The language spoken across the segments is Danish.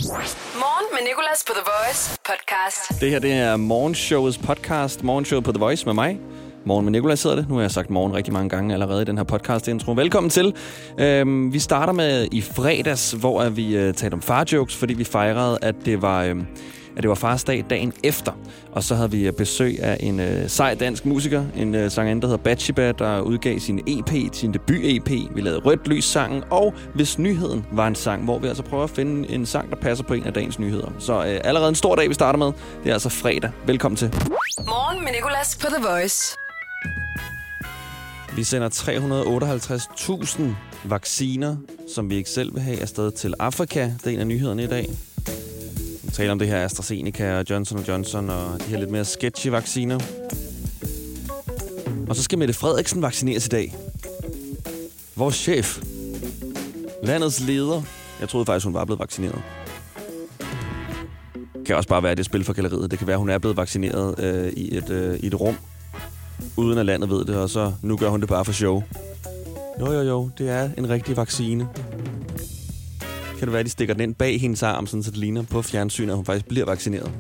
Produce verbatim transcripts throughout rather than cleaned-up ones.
Morgen med Nicolas på The Voice podcast. Det her, det er morgenshowets podcast. Morgenshowet på The Voice med mig. Morgen med Nicolas hedder det. Nu har jeg sagt morgen rigtig mange gange allerede i den her podcast-intro. Velkommen til. Øhm, vi starter med i fredags, hvor vi øh, talte om farjokes, fordi vi fejrede, at det var... Øh, at det var fars dag dagen efter. Og så havde vi besøg af en øh, sej dansk musiker, en øh, sangerinde, der hedder Batshiba, der udgav sin E P, sin debut-E P. Vi lavede Rødt Lys-sangen, og Hvis Nyheden var en sang, hvor vi altså prøver at finde en sang, der passer på en af dagens nyheder. Så øh, allerede en stor dag, vi starter med. Det er altså fredag. Velkommen til. Morgen med Nicolas på The Voice. Vi sender tre hundrede og otteoghalvtreds tusind vacciner, som vi ikke selv vil have, afsted til Afrika. Det er en af nyhederne i dag. Vi taler om det her AstraZeneca og Johnson og Johnson og de her lidt mere sketchy vacciner. Og så skal Mette Frederiksen vaccineres i dag. Vores chef. Landets leder. Jeg troede faktisk, hun var blevet vaccineret. Det kan også bare være, det spil for galleriet. Det kan være, hun er blevet vaccineret øh, i, et, øh, i et rum, uden at landet ved det, og så nu gør hun det bare for show. Jo, jo, jo. Det er en rigtig vaccine. Kan det være, at de stikker den ind bag hendes arm, sådan, så det ligner på fjernsynet, at hun faktisk bliver vaccineret.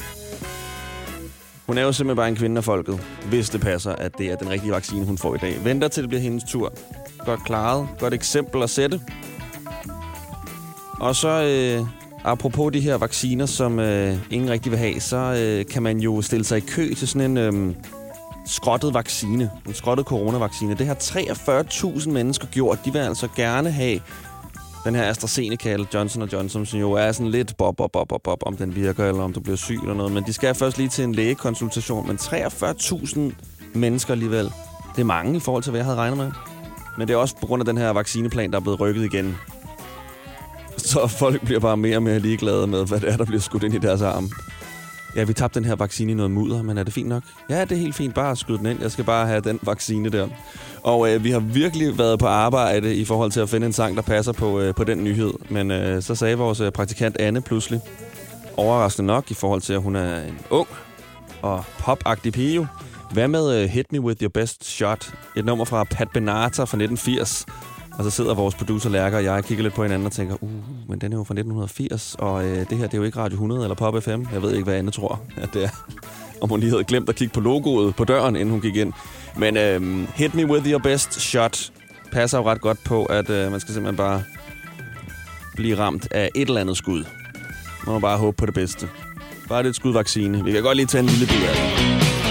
Hun er jo simpelthen bare en kvinde af folket, hvis det passer, at det er den rigtige vaccine, hun får i dag. Venter til det bliver hendes tur. Godt klaret. Godt eksempel at sætte. Og så, øh, apropos de her vacciner, som øh, ingen rigtig vil have, så øh, kan man jo stille sig i kø til sådan en øh, skrottet vaccine. En skrottet coronavaccine. Det har treogfyrre tusind mennesker gjort. De vil altså gerne have den her AstraZeneca eller Johnson og Johnson, som jo er sådan lidt bob, bob, bob, bob, bob, om den virker, eller om du bliver syg eller noget. Men de skal først lige til en lægekonsultation. Men treogfyrre tusind mennesker alligevel. Det er mange i forhold til, hvad jeg havde regnet med. Men det er også på grund af den her vaccineplan, der er blevet rykket igen. Så folk bliver bare mere og mere ligeglade med, hvad det er, der bliver skudt ind i deres arm. Ja, vi tabte den her vaccine i noget mudder, men er det fint nok? Ja, det er helt fint. Bare skyde den ind. Jeg skal bare have den vaccine der. Og øh, vi har virkelig været på arbejde i forhold til at finde en sang, der passer på, øh, på den nyhed. Men øh, så sagde vores øh, praktikant Anne pludselig, overraskende nok i forhold til, at hun er en ung og pop-agtig pige. Hvad med øh, Hit Me With Your Best Shot? Et nummer fra Pat Benatar fra nitten firs. Og så sidder vores producer Lærker og jeg og kigger lidt på hinanden og tænker, uh, men den er jo fra nitten firs, og øh, det her, det er jo ikke Radio hundrede eller Pop F M. Jeg ved ikke, hvad Anne tror, at det er. Om hun lige havde glemt at kigge på logoet på døren, inden hun gik ind. Men øh, Hit Me With Your Best Shot passer jo ret godt på, at øh, man skal simpelthen bare blive ramt af et eller andet skud. Man må bare håbe på det bedste. Bare lidt skud vaccine. Vi kan godt lige tage en lille bid af det.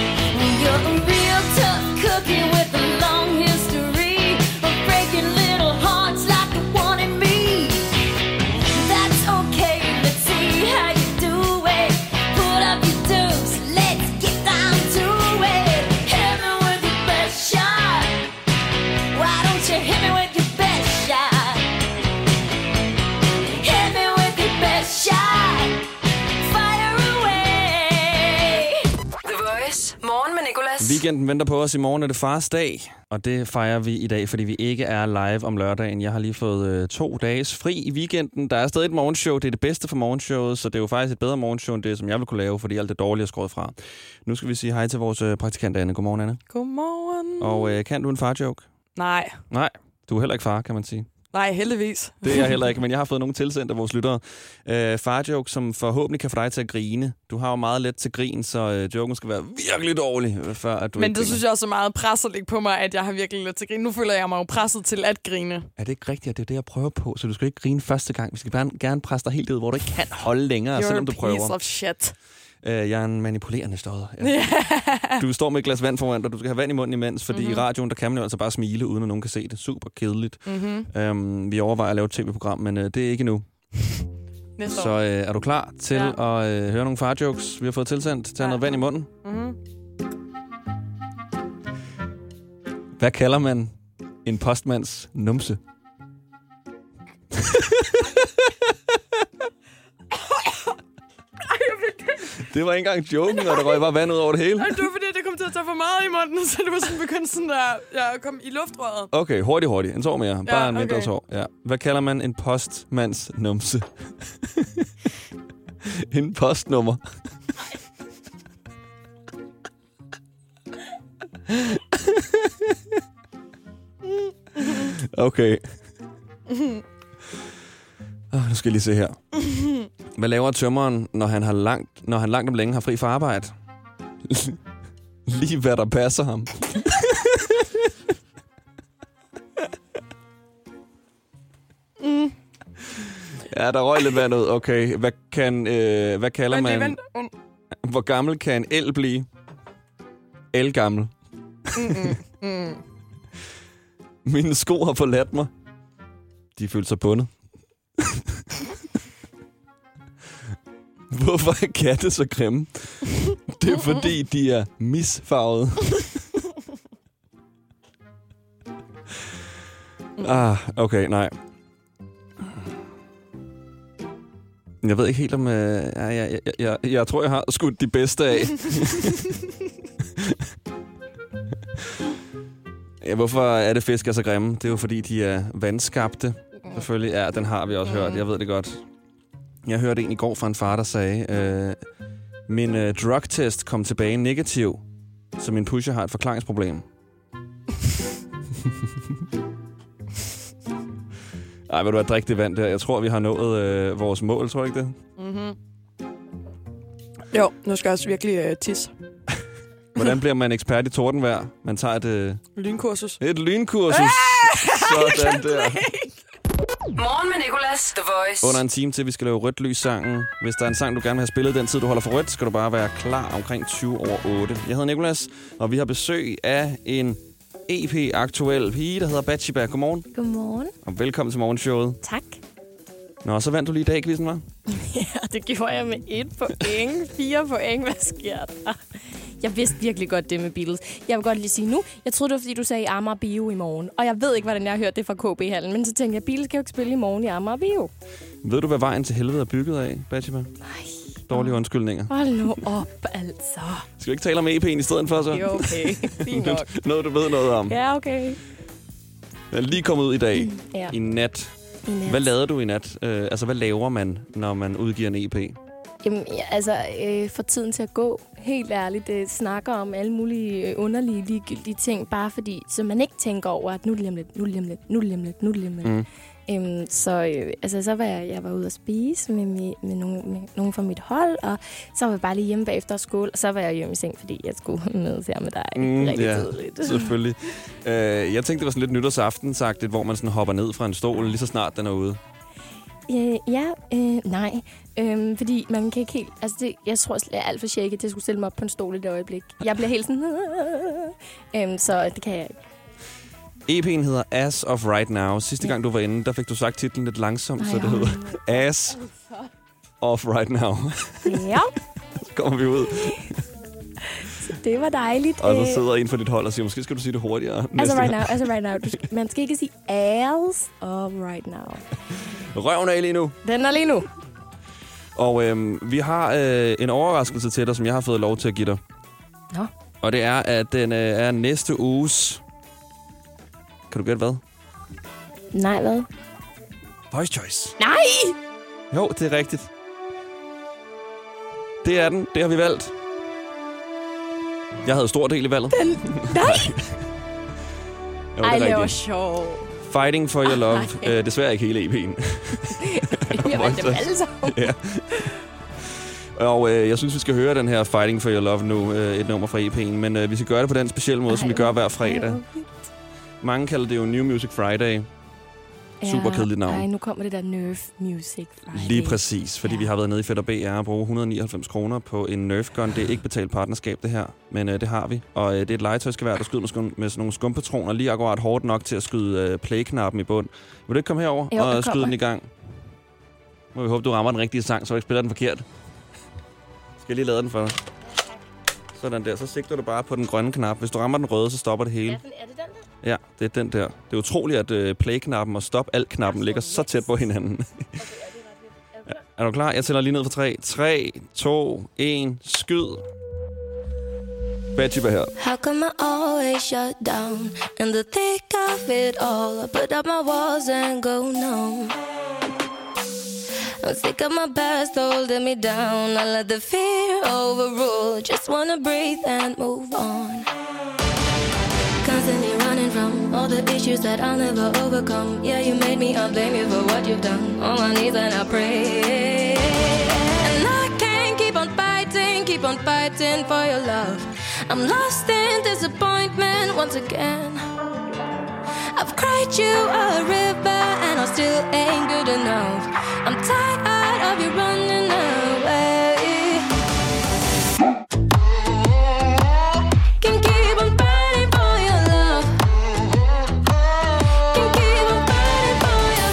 Weekenden venter på os. I morgen er det fars dag, og det fejrer vi i dag, fordi vi ikke er live om lørdagen. Jeg har lige fået øh, to dages fri i weekenden. Der er stadig et morgenshow. Det er det bedste for morgenshowet, så det er jo faktisk et bedre morgenshow end det, som jeg vil kunne lave, fordi alt det dårlige er skåret fra. Nu skal vi sige hej til vores øh, praktikant Anne. Godmorgen, Anne. Godmorgen. Og øh, kan du en farjoke? Nej. Nej, du er heller ikke far, kan man sige. Nej, heldigvis. Det er jeg heller ikke, men jeg har fået nogle tilsendt af vores lyttere. Øh, farjoke, som forhåbentlig kan få dig til at grine. Du har jo meget let til grin, så øh, joken skal være virkelig dårlig, før at du Men ikke det griner. synes jeg også er meget pres at lægge på mig, at jeg har virkelig let til grin. Nu føler jeg mig jo presset til at grine. Er det ikke rigtigt, at det er det, jeg prøver på? Så du skal ikke grine første gang. Vi skal bare gerne presse dig helt ud, hvor du ikke kan holde længere, You're selvom du prøver. You're a piece of shit. Uh, jeg er en manipulerende stodder. Ja. Du står med et glas vand foran dig, du skal have vand i munden imens, fordi mm-hmm. i radioen, der kan man jo altså bare smile, uden at nogen kan se det. Super kedeligt. Mm-hmm. Um, vi overvejer at lave et tv-program, men uh, det er ikke nu. Så uh, er du klar til ja. at uh, høre nogle farjokes, vi har fået tilsendt? Tag ja. noget vand i munden. Mm-hmm. Hvad kalder man en postmands numse? Det var ikke engang joken, og der røg bare vand ud over det hele. Nej, det var fordi, det kom til at tage for meget i munden, så det var sådan begyndt sådan der, jeg kom i luftrøret. Okay, hurtigt, hurtigt. En tår mere. Bare ja, en mindre okay. tår. Ja. Hvad kalder man en postmands numse? En postnummer. Okay. Oh, nu skal jeg lige se her. Hvad laver tømmeren, når han, har langt, når han langt om længe har fri fra arbejde? Lige hvad der passer ham. mm. Ja, der røg lidt vand ud. Okay, hvad, kan, øh, hvad kalder Men man... Hvor gammel kan en el blive? El-gammel. Mm-mm. Mm. Mine sko har forladt mig. De følte sig bundet. Hvorfor er katte så grimme? Det er fordi, de er misfarvede. ah, okay, nej. Jeg ved ikke helt om... Øh, jeg, jeg, jeg, jeg, jeg tror, jeg har skudt de bedste af. ja, hvorfor er det fisk er så grimme? Det er jo fordi, de er vandskabte. Selvfølgelig. Ja, den har vi også hørt. Jeg ved det godt. Jeg hørte en i går fra en far, der sagde, øh, min øh, drugtest kom tilbage negativ, så min pusher har et forklaringsproblem. Ej, vil du have drikke det vand der? Jeg tror, vi har nået øh, vores mål, tror du ikke det? Mm-hmm. Jo, nu skal jeg også virkelig øh, tisse. Hvordan bliver man ekspert i tordenvejr? Man tager et... Øh, lynkursus. Et lynkursus. Sådan der. Morgen med Nicolas, The Voice. Under en time til, vi skal lave rødt lys-sangen. Hvis der er en sang, du gerne vil have spillet den tid, du holder for rødt, skal du bare være klar omkring tyve over otte. Jeg hedder Nicolas, og vi har besøg af en E P-aktuel pige, der hedder Bathsheba. Godmorgen. Godmorgen. Og velkommen til morgenshowet. Tak. Nå, så vandt du lige i dag, quizzen, hva'? Ja, det gjorde jeg med et point. Fire point. Hvad sker der? Jeg vidste virkelig godt det med Beatles. Jeg vil godt lige sige nu, jeg troede, det var, fordi du sagde Amager Bio i morgen. Og jeg ved ikke, hvordan jeg har hørt det fra K B-hallen. Men så tænkte jeg, Beatles kan jo ikke spille i morgen i Amager Bio. Ved du, hvad vejen til helvede er bygget af, Bathsheba? Nej. Dårlige undskyldninger. Hold nu op, altså. Skal vi ikke tale om E P'en i stedet for, så? Jo, okay. Fint nok. Noget, du ved noget om. Ja, okay. Jeg er lige kommet ud i dag. Mm, ja. I nat. I nat. Hvad lavede du i nat? Uh, altså, hvad laver man, når man udgiver en E P? Jamen, ja, altså, øh, for tiden til at gå, helt ærligt, det snakker om alle mulige øh, underlige, ligegyldige ting, bare fordi, så man ikke tænker over, at nu er det lige om lidt, nu er det lige om lidt, nu er det lige om lidt, nu er det lige om lidt. Mm. Øhm, så øh, altså, så var jeg, jeg var ude at spise med, med, med, nogen, med nogen fra mit hold, og så var jeg bare lige hjemme bagefter skole, og så var jeg hjemme i seng, fordi jeg skulle mødes her med dig mm, rigtig ja, tidligt. Selvfølgelig. uh, jeg tænkte, det var sådan lidt nytårsaftensagtigt, hvor man sådan hopper ned fra en stol, lige så snart den er ude. Øh, ja, øh, nej. Øhm, fordi man kan ikke helt... Altså, det, jeg tror, jeg er alt for shaky til at skulle stille mig op på en stol i det øjeblik. Jeg bliver helt sådan... øhm, så det kan jeg ikke. E P'en hedder As of Right Now. Sidste ja. gang, du var inde, der fik du sagt titlen lidt langsomt, Ej, så det hedder As of Right Now. Ja. Så kommer vi ud. Det var dejligt. Og så sidder en for dit hold og siger, måske skal du sige det hurtigere. As of right now, as of right now. Du skal, man skal ikke sige as of right now. Røven er lige nu. Den er lige nu. Og øhm, vi har øh, en overraskelse til dig, som jeg har fået lov til at give dig. Nå. Og det er, at den øh, er næste uges... Kan du gætte hvad? Nej, hvad? Voice Choice. Nej! Jo, det er rigtigt. Det er den. Det har vi valgt. Jeg havde stor del i valget. Den... Nej! jo, Ej, det var sjov. Fighting for Your Love. Øh, desværre ikke hele E P'en. Jeg valgte dem alle sammen. Ja. Og øh, jeg synes, vi skal høre den her Fighting for Your Love nu. Øh, et nummer fra E P'en. Men øh, vi skal gøre det på den specielle måde, ej, som vi gør hver fredag. Mange kalder det jo New Music Friday. Ja, super kedeligt navn. Ej, nu kommer det der Nerf Music Friday. Lige præcis, fordi ja. vi har været nede i Fætter B R og bruge et hundrede og nioghalvfems kroner på en Nerf gun. Det er ikke betalt partnerskab, det her, men øh, det har vi. Og øh, det er et legetøjsgevær, der skyder med, skum, med sådan nogle skumpatroner, lige akkurat hårdt nok til at skyde øh, play-knappen i bund. Vil du ikke komme herover jo, og skyde den i gang? Må vi håbe, du rammer den rigtige sang, så du ikke spiller den forkert. Skal jeg lige lade den for dig? Sådan der, så sigter du bare på den grønne knap. Hvis du rammer den røde, så stopper det hele. Er det den der? Ja, det er den der. Det er utroligt, at uh, play-knappen og stop-alt-knappen ligger så tæt på hinanden. Okay, er, du er du klar? Jeg tæller lige ned for tre. tre, to, et, skyd. Bathsheba her. How come I always shut down in the thick of it all? I put up my walls and go numb. I'm sick of my past holding me down. I let the fear overrule. Just wanna breathe and move on. Constantly running from all the issues that I'll never overcome. Yeah, you made me, I'll blame you for what you've done. On my knees and I pray. on fighting for your love. I'm lost in disappointment once again. I've cried you a river and I still ain't good enough. I'm tired of you running away. Can keep on fighting for your love. Can keep on fighting for your.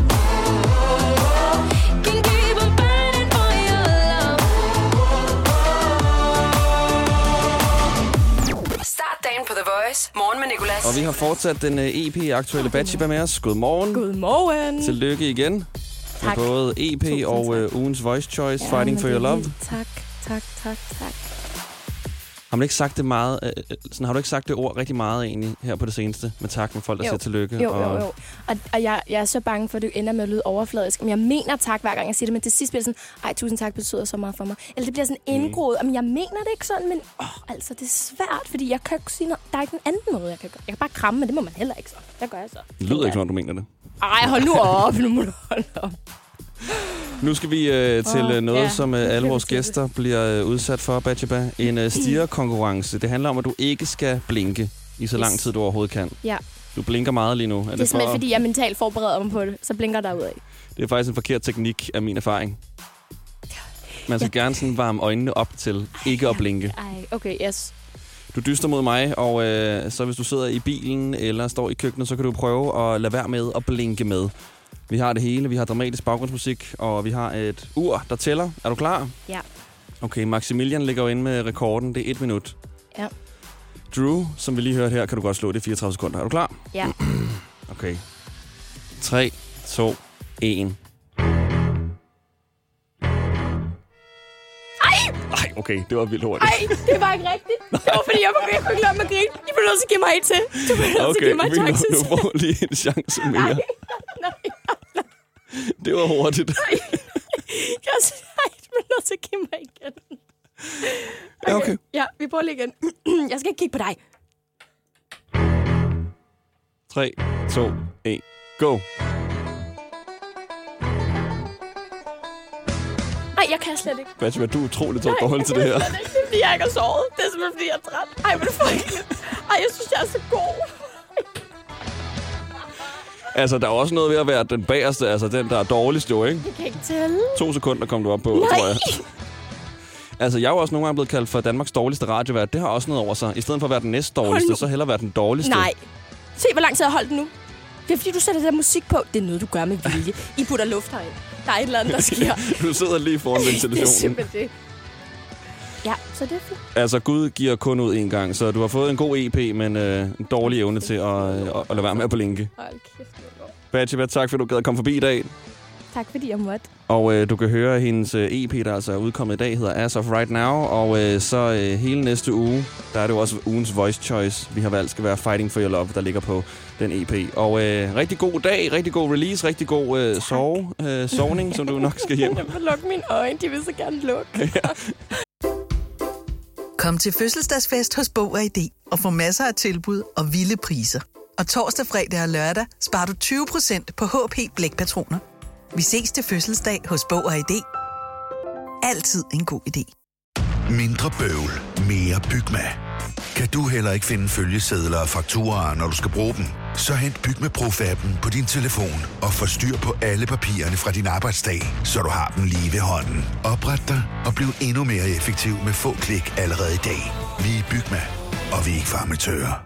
Can keep on fighting for your love. Start dagen på The Voice. Morgen med Nicolas. Og vi har fortsat den uh, E P-aktuelle Batshiba med os. Godmorgen. Godmorgen. Tillykke igen. Tak. Med både E P Tusind og tak. uh, ugens Voice Choice, Ja, Fighting men for det Your er Love. vildt. Tak, tak, tak, tak. Har man ikke sagt det meget, øh, sådan, har du ikke sagt det ord rigtig meget egentlig her på det seneste, med tak med folk, der Jo. siger tillykke? Jo, og... jo, jo. Og, og jeg, jeg er så bange for, at det ender med at lyde overfladisk. Men jeg mener tak, hver gang jeg siger det, men til sidst bliver det sådan, ej, tusind tak betyder så meget for mig. Eller det bliver sådan indgroet. Mm. Jeg mener det ikke sådan, men åh, altså, det er svært, fordi jeg kan ikke sige noget. Der er ikke en anden måde, jeg kan gøre. Jeg kan bare kramme, men det må man heller ikke så. Hvad gør jeg så? Det lyder ikke, som om du mener det. Ej, hold nu op. Nu må du holde op. Nu skal vi øh, til Åh, øh, noget, ja. som øh, Nu alle bliver vores vi til det. gæster bliver øh, udsat for, Batshiba. En øh, stirrekonkurrence. Det handler om, at du ikke skal blinke i så lang Yes. tid, du overhovedet kan. Ja, Du blinker meget lige nu. Er det er for... simpelthen, fordi jeg mentalt forbereder mig på det. Så blinker der ud af. Det er faktisk en forkert teknik af min erfaring. Man skal ja. gerne sådan varme øjnene op til ikke at blinke. Ej, okay, yes. Du dyster mod mig, og øh, så hvis du sidder i bilen eller står i køkkenet, så kan du prøve at lade være med at blinke med. Vi har det hele. Vi har dramatisk baggrundsmusik, og vi har et ur, der tæller. Er du klar? Ja. Okay, Maximilian ligger jo inde med rekorden. Det er et minut. Ja. Drew, som vi lige hørte her, kan du godt slå. Det er fireogtredive sekunder. Er du klar? Ja. Okay. tre, to, et. Ej! Ej, okay. Det var vildt hurtigt. Ej, det var ikke rigtigt. Det var fordi, jeg, jeg kunne ikke lade mig grine. I bliver nødt til at give mig en til. Du bliver nødt til at Okay, give mig en vi chance nu, til. nu får lige en chance mere. Nej, nej, nej. Det var hurtigt. Jeg bliver nødt til at give mig igen. Ja, okay. Ja, vi prøver lige igen. Jeg skal ikke kigge på dig. tre, to, et. Go. Nej, jeg kan slet ikke. Batshiba, du er utroligt dårlig til det her. Det er ikke, fordi jeg ikke har sovet. Det er simpelthen, fordi jeg er træt. Ej, men du får ikke. Ej, jeg synes, jeg er så god. Altså, der er også noget ved at være den bagerste, altså den, der er dårligst jo, ikke? Jeg kan ikke tælle. To sekunder kom du op på, Nej. tror jeg. Altså, jeg er jo også nogle gange blevet kaldt for Danmarks dårligste radiovært. Det har også noget over sig. I stedet for at være den næst dårligste, så hellere være den dårligste. Nej. Se, hvor lang tid jeg har holdt den nu. Det er, fordi du sætter det der musik på. Det er noget, du gør med vilje. I putter luft herind. Der er et eller andet, der sker. Du sidder lige foran Det er ventilationen. simpelthen det. Ja, så det er fint. Altså, Gud giver kun ud én gang, så du har fået en god E P, men øh, en dårlig evne til at, øh, at lade være med at blinke. Hold kæft, det er godt. Batshiba, tak fordi du gad at komme forbi i dag. Tak fordi jeg måtte. Og øh, du kan høre, at hendes øh, E P, der altså er udkommet i dag, hedder As of Right Now. Og øh, så øh, hele næste uge, der er det jo også ugens Voice Choice, vi har valgt skal være Fighting for Your Love, der ligger på den E P. Og øh, rigtig god dag, rigtig god release, rigtig god øh, sove, øh, sovning, som du nok skal hjem. Jeg vil lukke mine øjne, de vil så gerne lukke. Ja. Kom til fødselsdagsfest hos Bog og I D og få masser af tilbud og vilde priser. Og torsdag, fredag og lørdag sparer du tyve procent på H P Blækpatroner. Vi ses til fødselsdag hos Bog og I D. Altid en god idé. Mindre bøvl, mere Bygma. Kan du heller ikke finde følgesedler og fakturaer, når du skal bruge dem? Så hent Bygma Pro-appen på din telefon og få styr på alle papirerne fra din arbejdsdag, så du har dem lige ved hånden. Opret dig og bliv endnu mere effektiv med få klik allerede i dag. Vi er Bygma, og vi er ikke farmatører.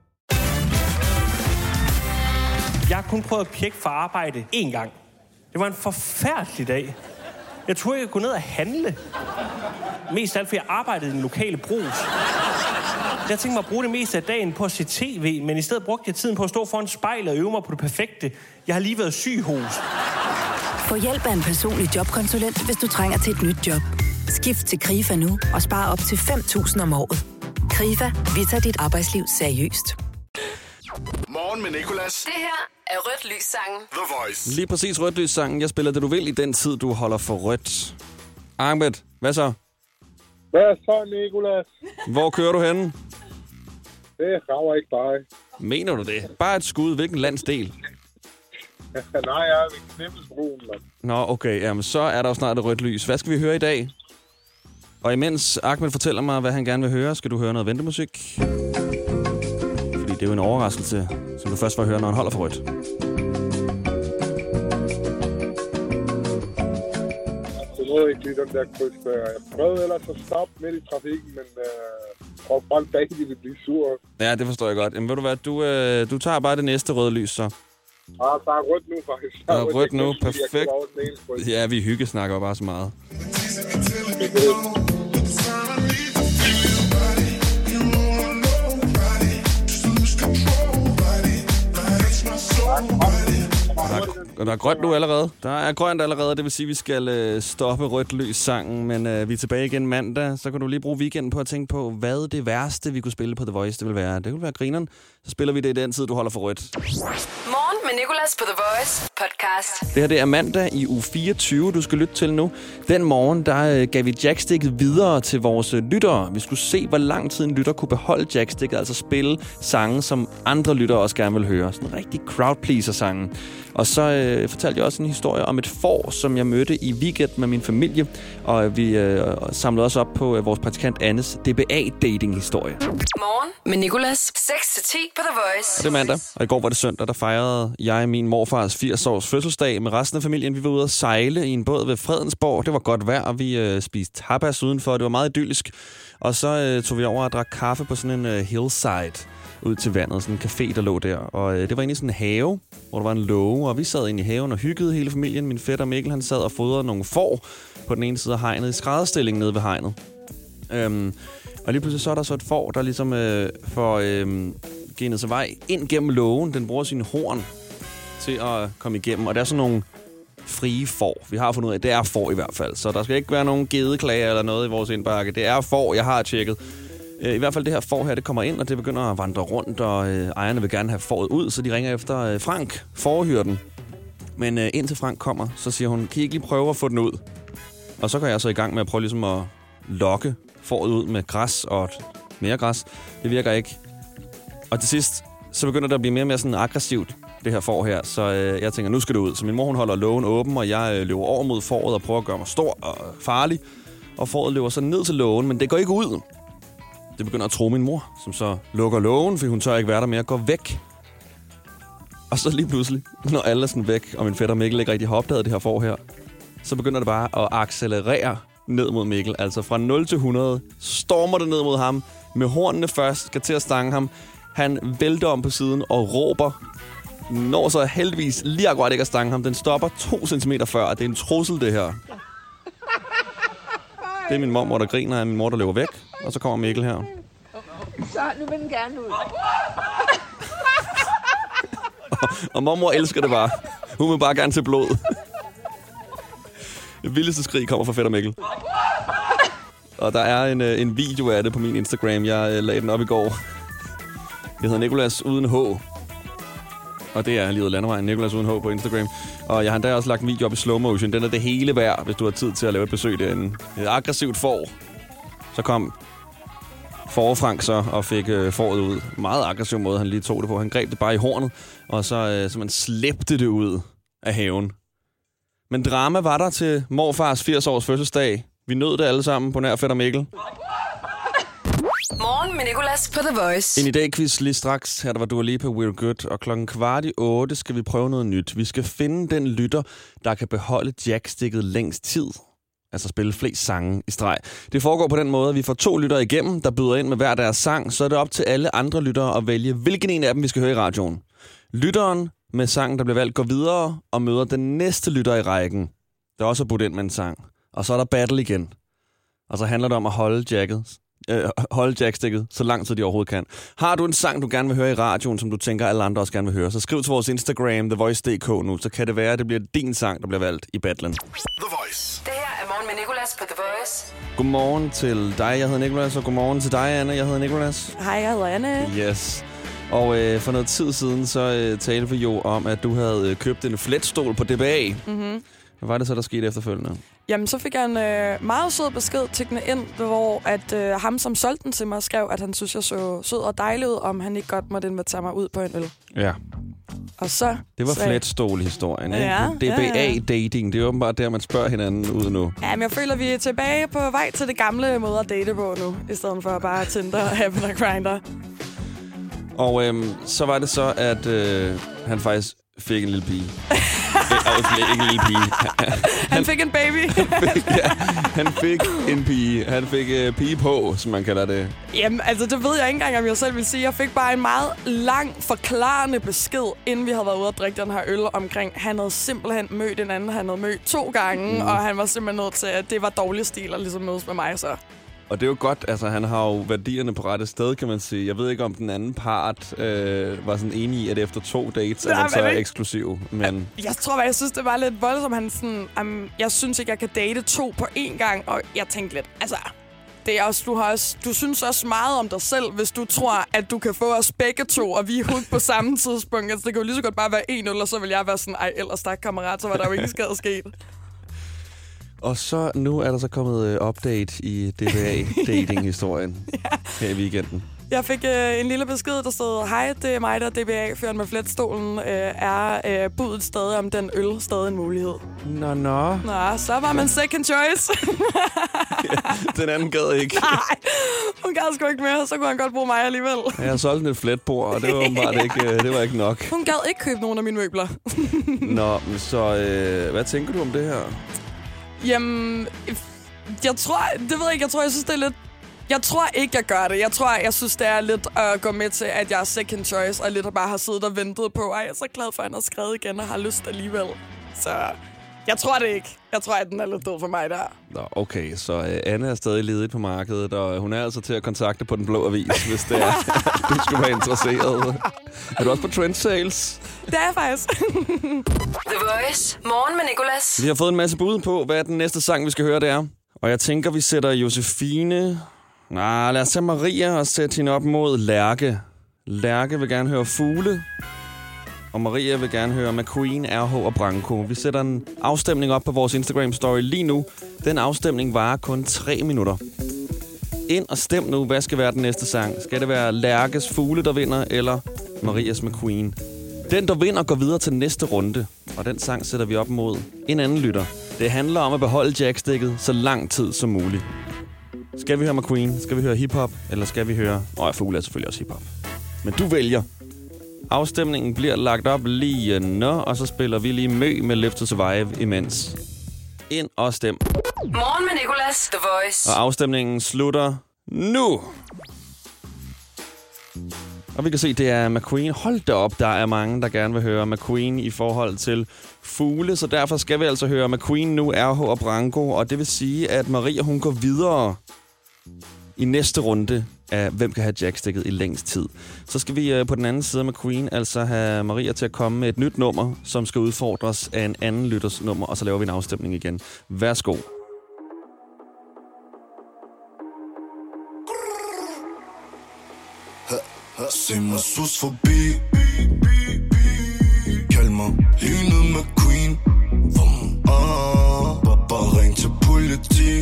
Jeg har kun prøvet at pjekke for arbejde én gang. Det var en forfærdelig dag. Jeg troede, jeg kunne gå ned og handle. Mest af alt, fordi jeg arbejdede i den lokale brus. Jeg tænkte mig at bruge det meste af dagen på at se tv, men i stedet brugte jeg tiden på at stå foran spejlet og øve mig på det perfekte. Jeg har lige været syg hos. Få hjælp af en personlig jobkonsulent, hvis du trænger til et nyt job. Skift til KRIFA nu og spar op til fem tusind om året. KRIFA, vi tager dit arbejdsliv seriøst. Morgen med Nicolas. Det her er Rødt Lys sangen. The Voice. Lige præcis Rødt Lys sangen. Jeg spiller det, du vil i den tid, du holder for rødt. Ahmed, hvad så? Hvad så, Nicolas? Hvor kører du henne? Det rager ikke bare. Mener du det? Bare et skud. Hvilken landsdel? Nej, jeg er ved Knimmelsbroen, mand. Nå, okay. Jamen, så er der jo snart et rødt lys. Hvad skal vi høre i dag? Og imens Ahmed fortæller mig, hvad han gerne vil høre, skal du høre noget ventemusik. Fordi det er jo en overraskelse, som du først får høre, når han holder for rødt. Jeg nåede ikke lige den der kryds der. Jeg prøvede ellers at stoppe midt i trafikken, men øh, og folk bag, de vil blive sur. Ja, det forstår jeg godt. Jamen ved du hvad, du, øh, du tager bare det næste røde lys, så. Ah, der er rødt nu, faktisk. Der er rødt nu, kryds, perfekt. Ja, vi hyggesnakker bare så meget. Og der er grønt nu allerede. Der er grønt allerede, det vil sige, at vi skal øh, stoppe rødt lys sangen. Men øh, vi er tilbage igen mandag, så kan du lige bruge weekenden på at tænke på, hvad det værste, vi kunne spille på The Voice, det vil være. Det vil være grineren. Så spiller vi det i den tid, du holder for rødt. Morgen med Nicolas på The Voice podcast. Det her det er mandag i uge fireogtyve, du skal lytte til nu. Den morgen, der øh, gav vi jacksticket videre til vores øh, lyttere. Vi skulle se, hvor lang tid en lytter kunne beholde jacksticket, altså spille sange, som andre lyttere også gerne vil høre. Sådan en rigtig crowdpleaser-sange. Og så øh, fortalte jeg også en historie om et får, som jeg mødte i weekend med min familie. Og vi øh, samlede også op på øh, vores praktikant Annes D B A-dating-historie. Morgen med Nicolas. seks til ti på The Voice. Det er mandag, og i går var det søndag, der fejrede jeg min morfars firs års fødselsdag med resten af familien. Vi var ude at sejle i en båd ved Fredensborg. Det var godt vejr, og vi øh, spiste tapas udenfor. Det var meget idyllisk. Og så øh, tog vi over og drak kaffe på sådan en øh, hillside ud til vandet, sådan en café, der lå der. Og øh, det var inde i sådan en have, hvor der var en låge, og vi sad inde i haven og hyggede hele familien. Min fætter Mikkel, han sad og fodrede nogle får på den ene side af hegnet, i skrædderstillingen nede ved hegnet. Øhm, og lige pludselig så er der så et får, der ligesom øh, får øh, genet sig vej ind gennem lågen. Den bruger sine horn til at komme igennem, og der er sådan nogle frie får. Vi har fundet ud af, at det er får i hvert fald. Så der skal ikke være nogen gedeklager eller noget i vores indbakke. Det er får, jeg har tjekket. I hvert fald det her får her, det kommer ind, og det begynder at vandre rundt, og øh, ejerne vil gerne have fåret ud, så de ringer efter øh, Frank, fårehyrden. Men øh, indtil Frank kommer, så siger hun, kan I ikke lige prøve at få den ud? Og så går jeg så i gang med at prøve ligesom at lokke fåret ud med græs og mere græs. Det virker ikke. Og til sidst, så begynder det at blive mere og mere sådan aggressivt, det her får her. Så øh, jeg tænker, nu skal det ud. Så min mor, hun holder lågen åben, og jeg øh, løber over mod fåret og prøver at gøre mig stor og farlig. Og fåret løber så ned til lågen, men det går ikke ud. Det begynder at tro min mor, som så lukker lågen, fordi hun tør ikke være der mere, går væk. Og så lige pludselig, når alle er sådan væk, og min fætter Mikkel ikke rigtig har opdaget det her får her, så begynder det bare at accelerere ned mod Mikkel. Altså fra nul til hundrede stormer det ned mod ham, med hornene først, skal til at stange ham. Han vælter om på siden og råber, når så heldigvis lige akkurat ikke at stange ham. Den stopper to centimeter før, og det er en trussel, det her. Det er min mormor, der griner, og min mor, der løber væk. Og så kommer Mikkel her. Så nu vil den gerne ud. og, og mormor elsker det bare. Hun vil bare gerne til blod. Det vildeste skrig kommer fra fætter Mikkel. Og der er en, en video af det på min Instagram. Jeg lagde den op i går. Jeg hedder Nicolas uden H. Og det er livet landevejen, Nicolas uden H på Instagram. Og jeg har endda også lagt en video op i slow motion. Den er det hele værd, hvis du har tid til at lave et besøg derinde. Et aggressivt får. Så kom får Frank så og fik øh, fåret ud. Meget aggressiv måde, han lige tog det på. Han greb det bare i hornet, og så, øh, så man slæbte det ud af haven. Men drama var der til morfars firs års fødselsdag. Vi nød det alle sammen på nær fætter Mikkel. Morgen med Nicolas på The Voice. En idé-quiz lige straks. Her der var Dua Lipa, We're Good. Og klokken kvart i otte skal vi prøve noget nyt. Vi skal finde den lytter, der kan beholde jackstikket længst tid. Altså spille flest sange i streg. Det foregår på den måde, at vi får to lyttere igennem, der byder ind med hver deres sang. Så er det op til alle andre lyttere at vælge, hvilken en af dem vi skal høre i radioen. Lytteren med sangen, der bliver valgt, går videre og møder den næste lytter i rækken, der også er budt ind med en sang. Og så er der battle igen. Og så handler det om at holde jacket. Øh, holde jackstikket så lang tid de overhovedet kan. Har du en sang, du gerne vil høre i radioen, som du tænker, alle andre også gerne vil høre, så skriv til vores Instagram, The Voice punktum d k nu, så kan det være, at det bliver din sang, der bliver valgt i battlen. The Voice. Det her er Morgen med Nicolas på The Voice. Godmorgen til dig, jeg hedder Nicolas, og godmorgen til dig, Anne, jeg hedder Nicolas. Hej, jeg hedder Anne. Yes. Og øh, for noget tid siden, så øh, talte vi jo om, at du havde øh, købt en fletstol på D B A. Mm-hmm. Hvad var det så, der skete efterfølgende? Jamen, så fik jeg en øh, meget sød besked tikkende ind, hvor at, øh, ham, som solgte den til mig, skrev, at han synes, jeg så sød og dejlig ud, om han ikke godt måtte invitere mig ud på en øl. Ja. Og så... Det var så... fletstol-historien, ikke? Ja, D B A-dating, ja, ja. det er åbenbart der, man spørger hinanden ud nu. Ja, men jeg føler, vi er tilbage på vej til det gamle måde at date på nu, i stedet for bare Tinder, Happen og Grindr. Og øhm, så var det så, at øh, han faktisk fik en lille pige. øh, ikke en lille pige. Han fik en baby. han, fik, ja, han fik en pige. Han fik øh, pige på, som man kalder det. Jamen, altså, det ved jeg ikke engang, om jeg selv vil sige. Jeg fik bare en meget lang, forklarende besked, inden vi havde været ude at drikke den her øl omkring. Han havde simpelthen mødt en anden, han havde mødt to gange, mm. og han var simpelthen nødt til, at det var dårlig stil at ligesom mødes med mig, så... Og det er jo godt, altså han har jo værdierne på rette sted, kan man sige. Jeg ved ikke, om den anden part øh, var sådan enig i, at efter to dates, at man så er eksklusiv. Men... Jeg, jeg tror, jeg synes, det var lidt voldsomt. Han sådan, um, jeg synes ikke, jeg kan date to på én gang. Og jeg tænkte lidt, altså, det er også, du, har også, du synes også meget om dig selv, hvis du tror, at du kan få os begge to, og vi er hooked på samme tidspunkt. Altså, det kan jo lige så godt bare være en nul, og så vil jeg være sådan, ej, ellers tak, kammerat, så var der jo ikke skade sket. Og så nu er der så kommet uh, update i D B A-dating-historien ja. her i weekenden. Jeg fik øh, en lille besked, der stod, hej, det er mig, der er D B A-føren med fletstolen. Øh, er øh, budet stadig om den øl stadig en mulighed? Nå, nå. Nå, så var man second choice. ja, den anden gad ikke. Nej, hun gad sgu ikke mere, så kunne han godt bruge mig alligevel. Jeg har solgt et fletbord, og det var åbenbart ikke, det var ikke nok. Hun gad ikke købe nogen af mine møbler. Nå, så øh, hvad tænker du om det her? Jamen, jeg tror, det ved jeg ikke, jeg tror, jeg synes, det er lidt... Jeg tror ikke, jeg gør det. Jeg tror, jeg synes, det er lidt at gå med til, at jeg er second choice, og lidt at bare har siddet og ventet på, ej, jeg er så glad for, at han har skrevet igen og har lyst alligevel. Så jeg tror det ikke. Jeg tror, at den er lidt død for mig der. Nå, okay, så uh, Anne er stadig ledig på markedet, og hun er altså til at kontakte på Den Blå Avis, hvis det er, du skulle være interesseret. Er du også på Trend Sales? Det er jeg faktisk. The Voice. Morgen med Nicolas. Vi har fået en masse bud på, hvad den næste sang, vi skal høre, det er. Og jeg tænker, vi sætter Josefine... Nej, lad os tage Maria og sætte hende op mod Lærke. Lærke vil gerne høre Fugle, og Maria vil gerne høre McQueen, R H og Branko. Vi sætter en afstemning op på vores Instagram-story lige nu. Den afstemning varer kun tre minutter. Ind og stem nu, hvad skal være den næste sang. Skal det være Lærkes Fugle, der vinder, eller Marias McQueen? Den, der vinder, går videre til næste runde, og den sang sætter vi op mod en anden lytter. Det handler om at beholde jackstikket så lang tid som muligt. Skal vi høre McQueen? Skal vi høre hiphop? Eller skal vi høre... Åh, oh, Fugle er selvfølgelig også hiphop. Men du vælger. Afstemningen bliver lagt op lige nu, og så spiller vi lige Mø med Live to Survive imens. Ind og stem. Morgen med Nicolas, The Voice. Og afstemningen slutter nu. Og vi kan se, det er McQueen. Hold da op, der er mange, der gerne vil høre McQueen i forhold til Fugle. Så derfor skal vi altså høre McQueen nu, R H og Branko. Og det vil sige, at Maria, hun går videre i næste runde af Hvem kan have jackstikket i længst tid. Så skal vi uh, på den anden side af McQueen altså have Maria til at komme med et nyt nummer, som skal udfordres af en anden lytters nummer, og så laver vi en afstemning igen. Værsgo. Se mig sus forbi. Kald mig lynet McQueen. Ah, bare ring til politi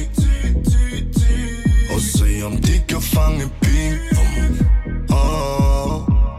og se om de kan fange pigen. Ah,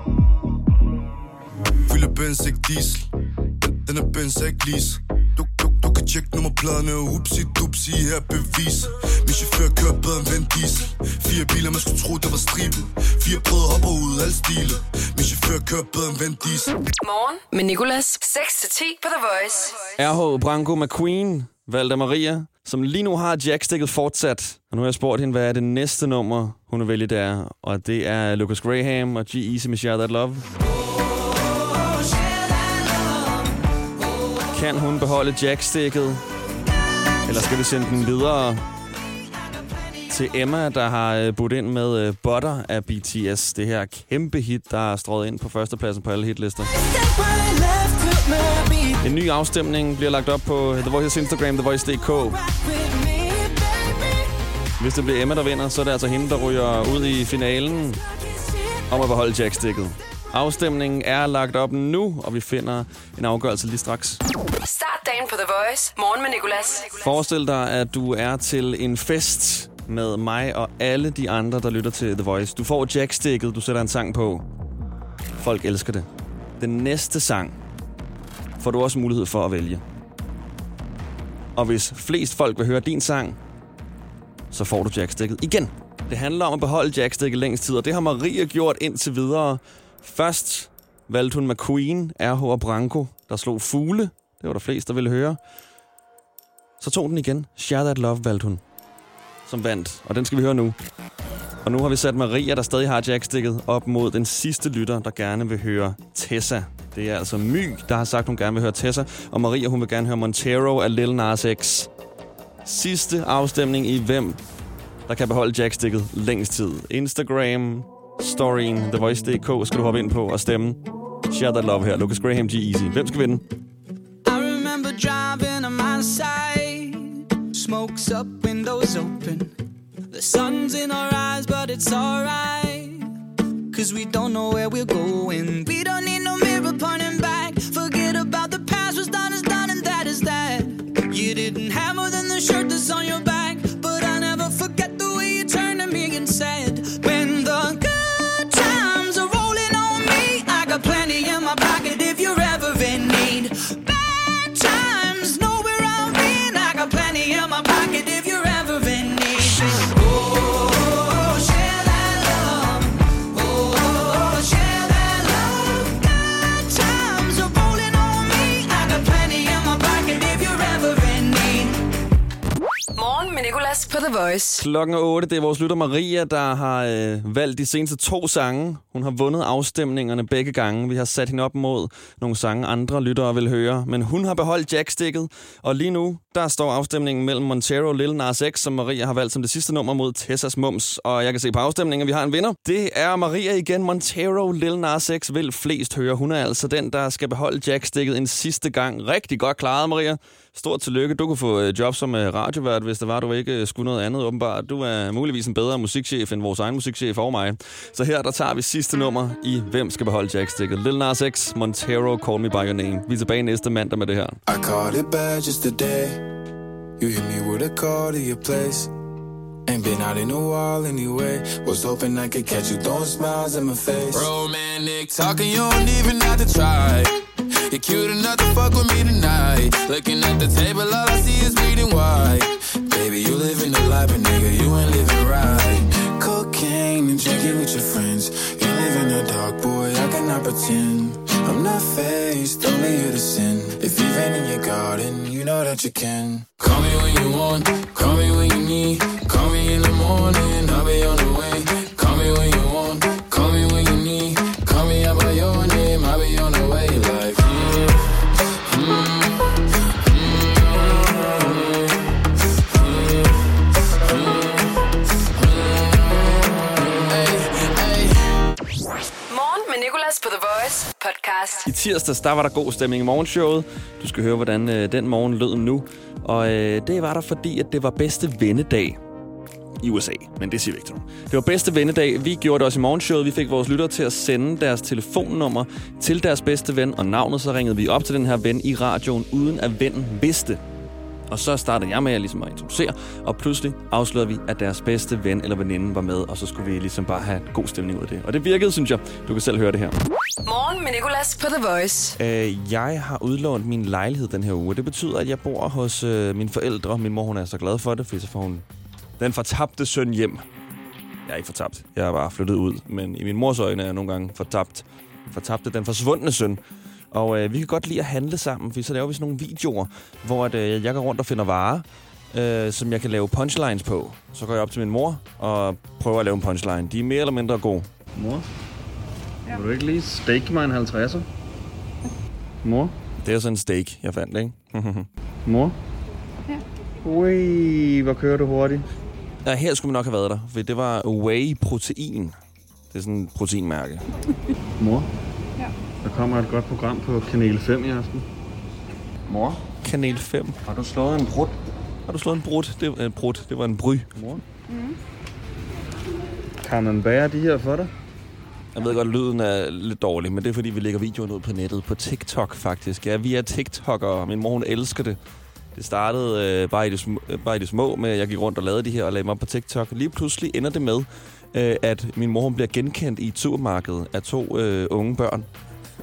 fylder Benz ikke diesel. Den, den er Benz ikke lease. Du, du, du kan tjekke nummerpladerne og upsi dupsi her bevis. Min chauffør kører bedre end Vin Diesel. Fire biler, man skulle tro, det var stribet. Fire brødre hopper ud af alle stile. Min chauffør kører bedre end Vin Diesel. Morgen med Nicolas. seks til ti på The Voice. R H, Branko, McQueen, valgte Maria, som lige nu har jackstikket fortsat. Og nu har jeg spurgt hende, hvad er det næste nummer, hun vil vælge der. Og det er Lucas Graham og G-Eazy med Share That Love. Kan hun beholde jackstikket? Eller skal vi sende den videre til Emma, der har budt ind med Butter af B T S. Det her kæmpe hit, der er strøget ind på førstepladsen på alle hitlister. En ny afstemning bliver lagt op på The Voice's Instagram, The Voice punktum d k. Hvis det bliver Emma, der vinder, så er det altså hende, der ryger ud i finalen om at beholde jackstikket. Afstemningen er lagt op nu, og vi finder en afgørelse lige straks. Start dagen på The Voice. Morgen med Nicolas. Forestil dig, at du er til en fest med mig og alle de andre, der lytter til The Voice. Du får jackstikket, du sætter en sang på. Folk elsker det. Den næste sang får du også mulighed for at vælge. Og hvis flest folk vil høre din sang, så får du jacksticket igen. Det handler om at beholde jacksticket længst tid, og det har Maria gjort indtil videre. Først valgte hun McQueen, R H og Branko, der slog Fugle. Det var der flest, der ville høre. Så tog den igen. Share That Love valgte hun, som vandt. Og den skal vi høre nu. Og nu har vi sat Maria, der stadig har jackstikket, op mod den sidste lytter, der gerne vil høre Tessa. Det er altså My, der har sagt, at hun gerne vil høre Tessa. Og Maria, hun vil gerne høre Montero af Lil Nas X. Sidste afstemning i hvem, der kan beholde jackstikket længst tid. Instagram, storyen, The Voice punktum d k skal du hoppe ind på og stemme. Share That Love her. Lucas Graham, G-Eazy. Hvem skal vinde? I remember driving on my side. Smokes up, windows open. The sun's in our eyes, but it's alright. Cause we don't know where we're going. We don't need no mirror pointing back. Forget about the past, what's done is done and that is that. You didn't have more than the shirt that's on your back. But I'll never forget the way you turned to me and said, when the good times are rolling on me, I got plenty in my pocket if you're ever in need. Bad times, know where I've been. I got plenty in my pocket if you're ever in need. Oh, share that love. Oh, share that love. Good times are rolling on me. I got plenty in my pocket if you're ever in need. Morgen med Nicolas på The Voice. Klokken er otte. Det er vores lytter Maria, der har øh, valgt de seneste to sange. Hun har vundet afstemningerne begge gange. Vi har sat hende op mod nogle sange, andre lyttere vil høre. Men hun har beholdt jackstikket. Og lige nu, der står afstemningen mellem Montero og Lil Nas X, som Maria har valgt som det sidste nummer, mod Tessas Mums. Og jeg kan se på afstemningen, at vi har en vinder. Det er Maria igen. Montero, Lil Nas X vil flest høre. Hun er altså den, der skal beholde jackstikket en sidste gang. Rigtig godt klaret, Maria. Stort tillykke. Du kunne få job som radiovært, hvis det var, du ikke skulle noget andet, åbenbart. Du er muligvis en bedre musikchef end vores egen musikchef over mig. Så her, der tager vi sidste nummer i Hvem skal beholde jacksticket. Lil Nas X, Montero, Call Me By Your Name. Vi er tilbage næste mandag med det her. I caught it bad just today. You hit me with a call to your place. Ain't been out in a while anyway. Was hoping I could catch you throwing smiles in my face. Romantic talking, you don't even have to try. You're cute enough to fuck with me tonight. Looking at the table, all I see is bleeding white. Baby, you living the life, but nigga, you ain't living right. Cocaine and drinking with your friends. You live in the dark, boy, I cannot pretend. I'm not faced, only here to sin. If you've been in your garden, you know that you can. Call me when you want, call me when you need. Call me in the morning, I'll be on the way. Call me when you want, call me when you need. Call me out by your name, I'll be on the way. Like, mm, mm, mm, Morgen med Nicolas på The Voice podcast. I tirsdags, der var der god stemning i morgenshowet. Du skal høre, hvordan øh, den morgen lød nu. Og øh, det var der, fordi at det var bedste vennedag i U S A. Men det siger vi ikke til nogen. Det var bedste vennedag. Vi gjorde det også i morgenshowet. Vi fik vores lyttere til at sende deres telefonnummer til deres bedste ven og navnet. Så ringede vi op til den her ven i radioen, uden at vennen vidste. Og så startede jeg med at, ligesom at introducere, og pludselig afslørede vi, at deres bedste ven eller veninde var med, og så skulle vi ligesom bare have god stemning ud af det. Og det virkede, synes jeg. Du kan selv høre det her. Morgen med Nicolas på The Voice. Øh, jeg har udlånt min lejlighed den her uge. Det betyder, at jeg bor hos øh, mine forældre. Min mor, hun er så glad for det, fordi så får hun den fortabte søn hjem. Jeg er ikke fortabt. Jeg er bare flyttet ud. Men i min mors øjne er jeg nogle gange fortabt. Fortabte den forsvundne søn. Og øh, vi kan godt lide at handle sammen, for så laver vi sådan nogle videoer, hvor at, øh, jeg går rundt og finder varer, øh, som jeg kan lave punchlines på. Så går jeg op til min mor og prøver at lave en punchline. De er mere eller mindre gode. Mor? Ja. Vil du ikke lige stake mig en halvtredser? Mor? Det er sådan en steak, jeg fandt, ikke? Mor? Ja. Ui, hvor kører du hurtigt? Ja, her skulle vi nok have været der, for det var whey protein. Det er sådan et proteinmærke. Mor? Ja. Der kommer et godt program på Kanal fem i aften. Mor? Kanal fem. Har du slået en brud? Har du slået en brud? Det var en brud. Det var en bry. Mor? Mm. Kan man bære de her for dig? Jeg ved godt, at lyden er lidt dårlig, men det er fordi, vi lægger videoen ud på nettet. På TikTok, faktisk. Ja, vi er TikTokere. Min mor, hun elsker det. Det startede øh, bare, i det små, øh, bare i det små med, at jeg gik rundt og lavede de her og lagde mig op på TikTok. Lige pludselig ender det med, øh, at min mor, hun bliver genkendt i et supermarked af to øh, unge børn.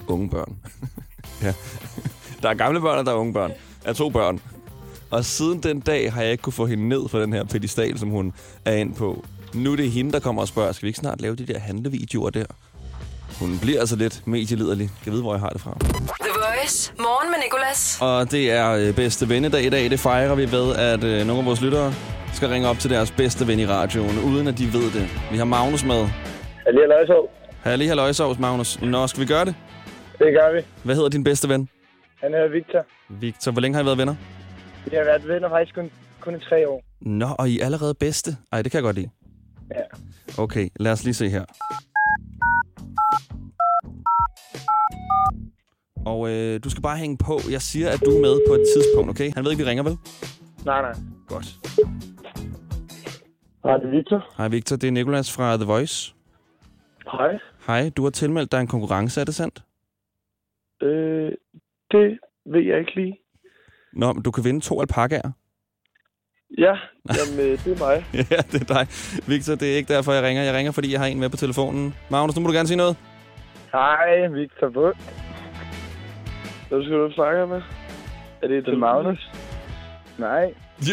unge børn. Ja. Der er gamle børn, og der er unge børn. Jeg er to børn. Og siden den dag har jeg ikke kunne få hende ned fra den her pedestal, som hun er ind på. Nu er det hende, der kommer og spørger, skal vi ikke snart lave de der handlevideoer der? Hun bliver altså lidt medieliderlig. Jeg ved, hvor jeg har det fra. The Voice. Morgen med Nicolas. Og det er bedste vennedag i dag. Det fejrer vi ved, at øh, nogle af vores lyttere skal ringe op til deres bedste ven i radioen, uden at de ved det. Vi har Magnus med. Halli halløjsov. Halli halløjsov, Magnus. Nå, skal vi gøre det? Det gør vi. Hvad hedder din bedste ven? Han hedder Victor. Victor, hvor længe har I været venner? Vi har været venner faktisk kun, kun i tre år. Nå, og I er allerede bedste? Ej, det kan jeg godt lide. Ja. Okay, lad os lige se her. Og øh, du skal bare hænge på. Jeg siger, at du er med på et tidspunkt, okay? Han ved ikke, vi ringer, vel? Nej, nej. Godt. Hej, det er Victor. Hej, Victor. Det er Nicolas fra The Voice. Hej. Hej, du har tilmeldt dig en konkurrence, er det sandt? Øh, det ved jeg ikke lige. Nå, men du kan vinde to alpakaer. Ja, jamen, det er mig. Ja, det er dig. Victor, det er ikke derfor, jeg ringer. Jeg ringer, fordi jeg har en med på telefonen. Magnus, nu må du gerne sige noget. Hej, Victor Bund. Hvem skal du snakke med? Er det, det Magnus? Nej. Jo.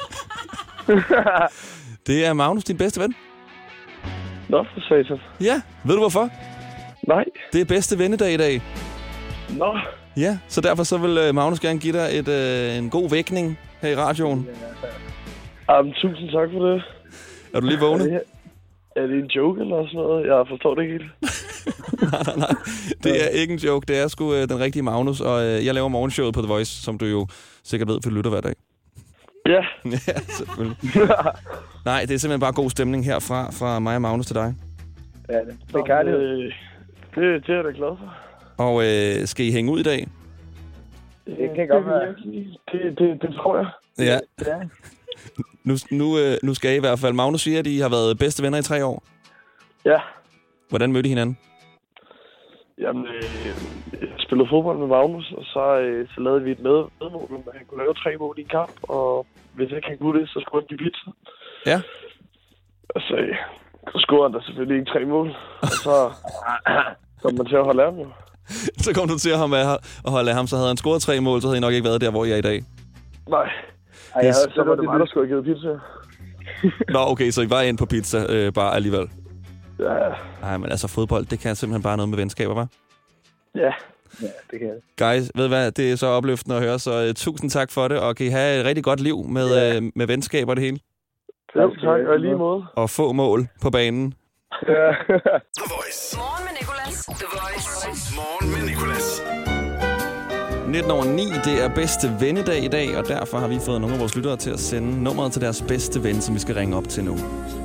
Det er Magnus, din bedste ven. Nå, for satan. Ja, ved du hvorfor? Nej. Det er bedste vennedag i dag. Nå. Ja, så derfor så vil Magnus gerne give dig et, øh, en god vækning her i radioen. Jamen, tusind tak for det. Er du lige vågnet? Er det, er det en joke eller sådan noget? Jeg forstår det ikke helt. nej, nej, nej. Det er ikke en joke. Det er sgu øh, den rigtige Magnus, og øh, jeg laver morgenshowet på The Voice, som du jo sikkert ved, for du lytter hver dag. Ja. Ja, selvfølgelig. Nej, det er simpelthen bare god stemning herfra, fra mig og Magnus til dig. Ja, det, det er kærlighed. Det, det, det er jeg da glad for. Og øh, skal I hænge ud i dag? Det kan godt være. Det, det, det tror jeg. Ja. Ja. Nu, nu, øh, nu skal I i hvert fald. Magnus siger, at I har været bedste venner i tre år. Ja. Hvordan mødte I hinanden? Jamen, øh, jeg spillede fodbold med Magnus, og så, øh, så lavede vi et med, medmål, men han kunne lave tre mål i en kamp, og hvis ikke han kunne det, så skulle han give pizza. Ja. Og så, øh, så scorede han da selvfølgelig ikke tre mål, og så kom man til at holde af ham jo. Så kom du til at holde af ham, så havde han scoret tre mål, så havde I nok ikke været der, hvor I er i dag. Nej. Ej, jeg havde, så var det mig, der skulle have givet pizza. Nå, okay, så I var inde på pizza øh, bare alligevel. Ja. Nej, men altså fodbold, det kan simpelthen bare noget med venskaber, hva'? Ja, ja, det kan det. Guys, ved du hvad, det er så opløftende at høre, så uh, tusind tak for det, og kan I have et rigtig godt liv med, ja. uh, med venskaber og det hele. Jo, tak, og lige måde. Og få mål på banen. Ja. The Voice. Morgen med Nicolas. The Voice. Morgen med Nicolas. nitten over ni, det er bedste vennedag i dag, og derfor har vi fået nogle af vores lyttere til at sende nummeret til deres bedste ven, som vi skal ringe op til nu.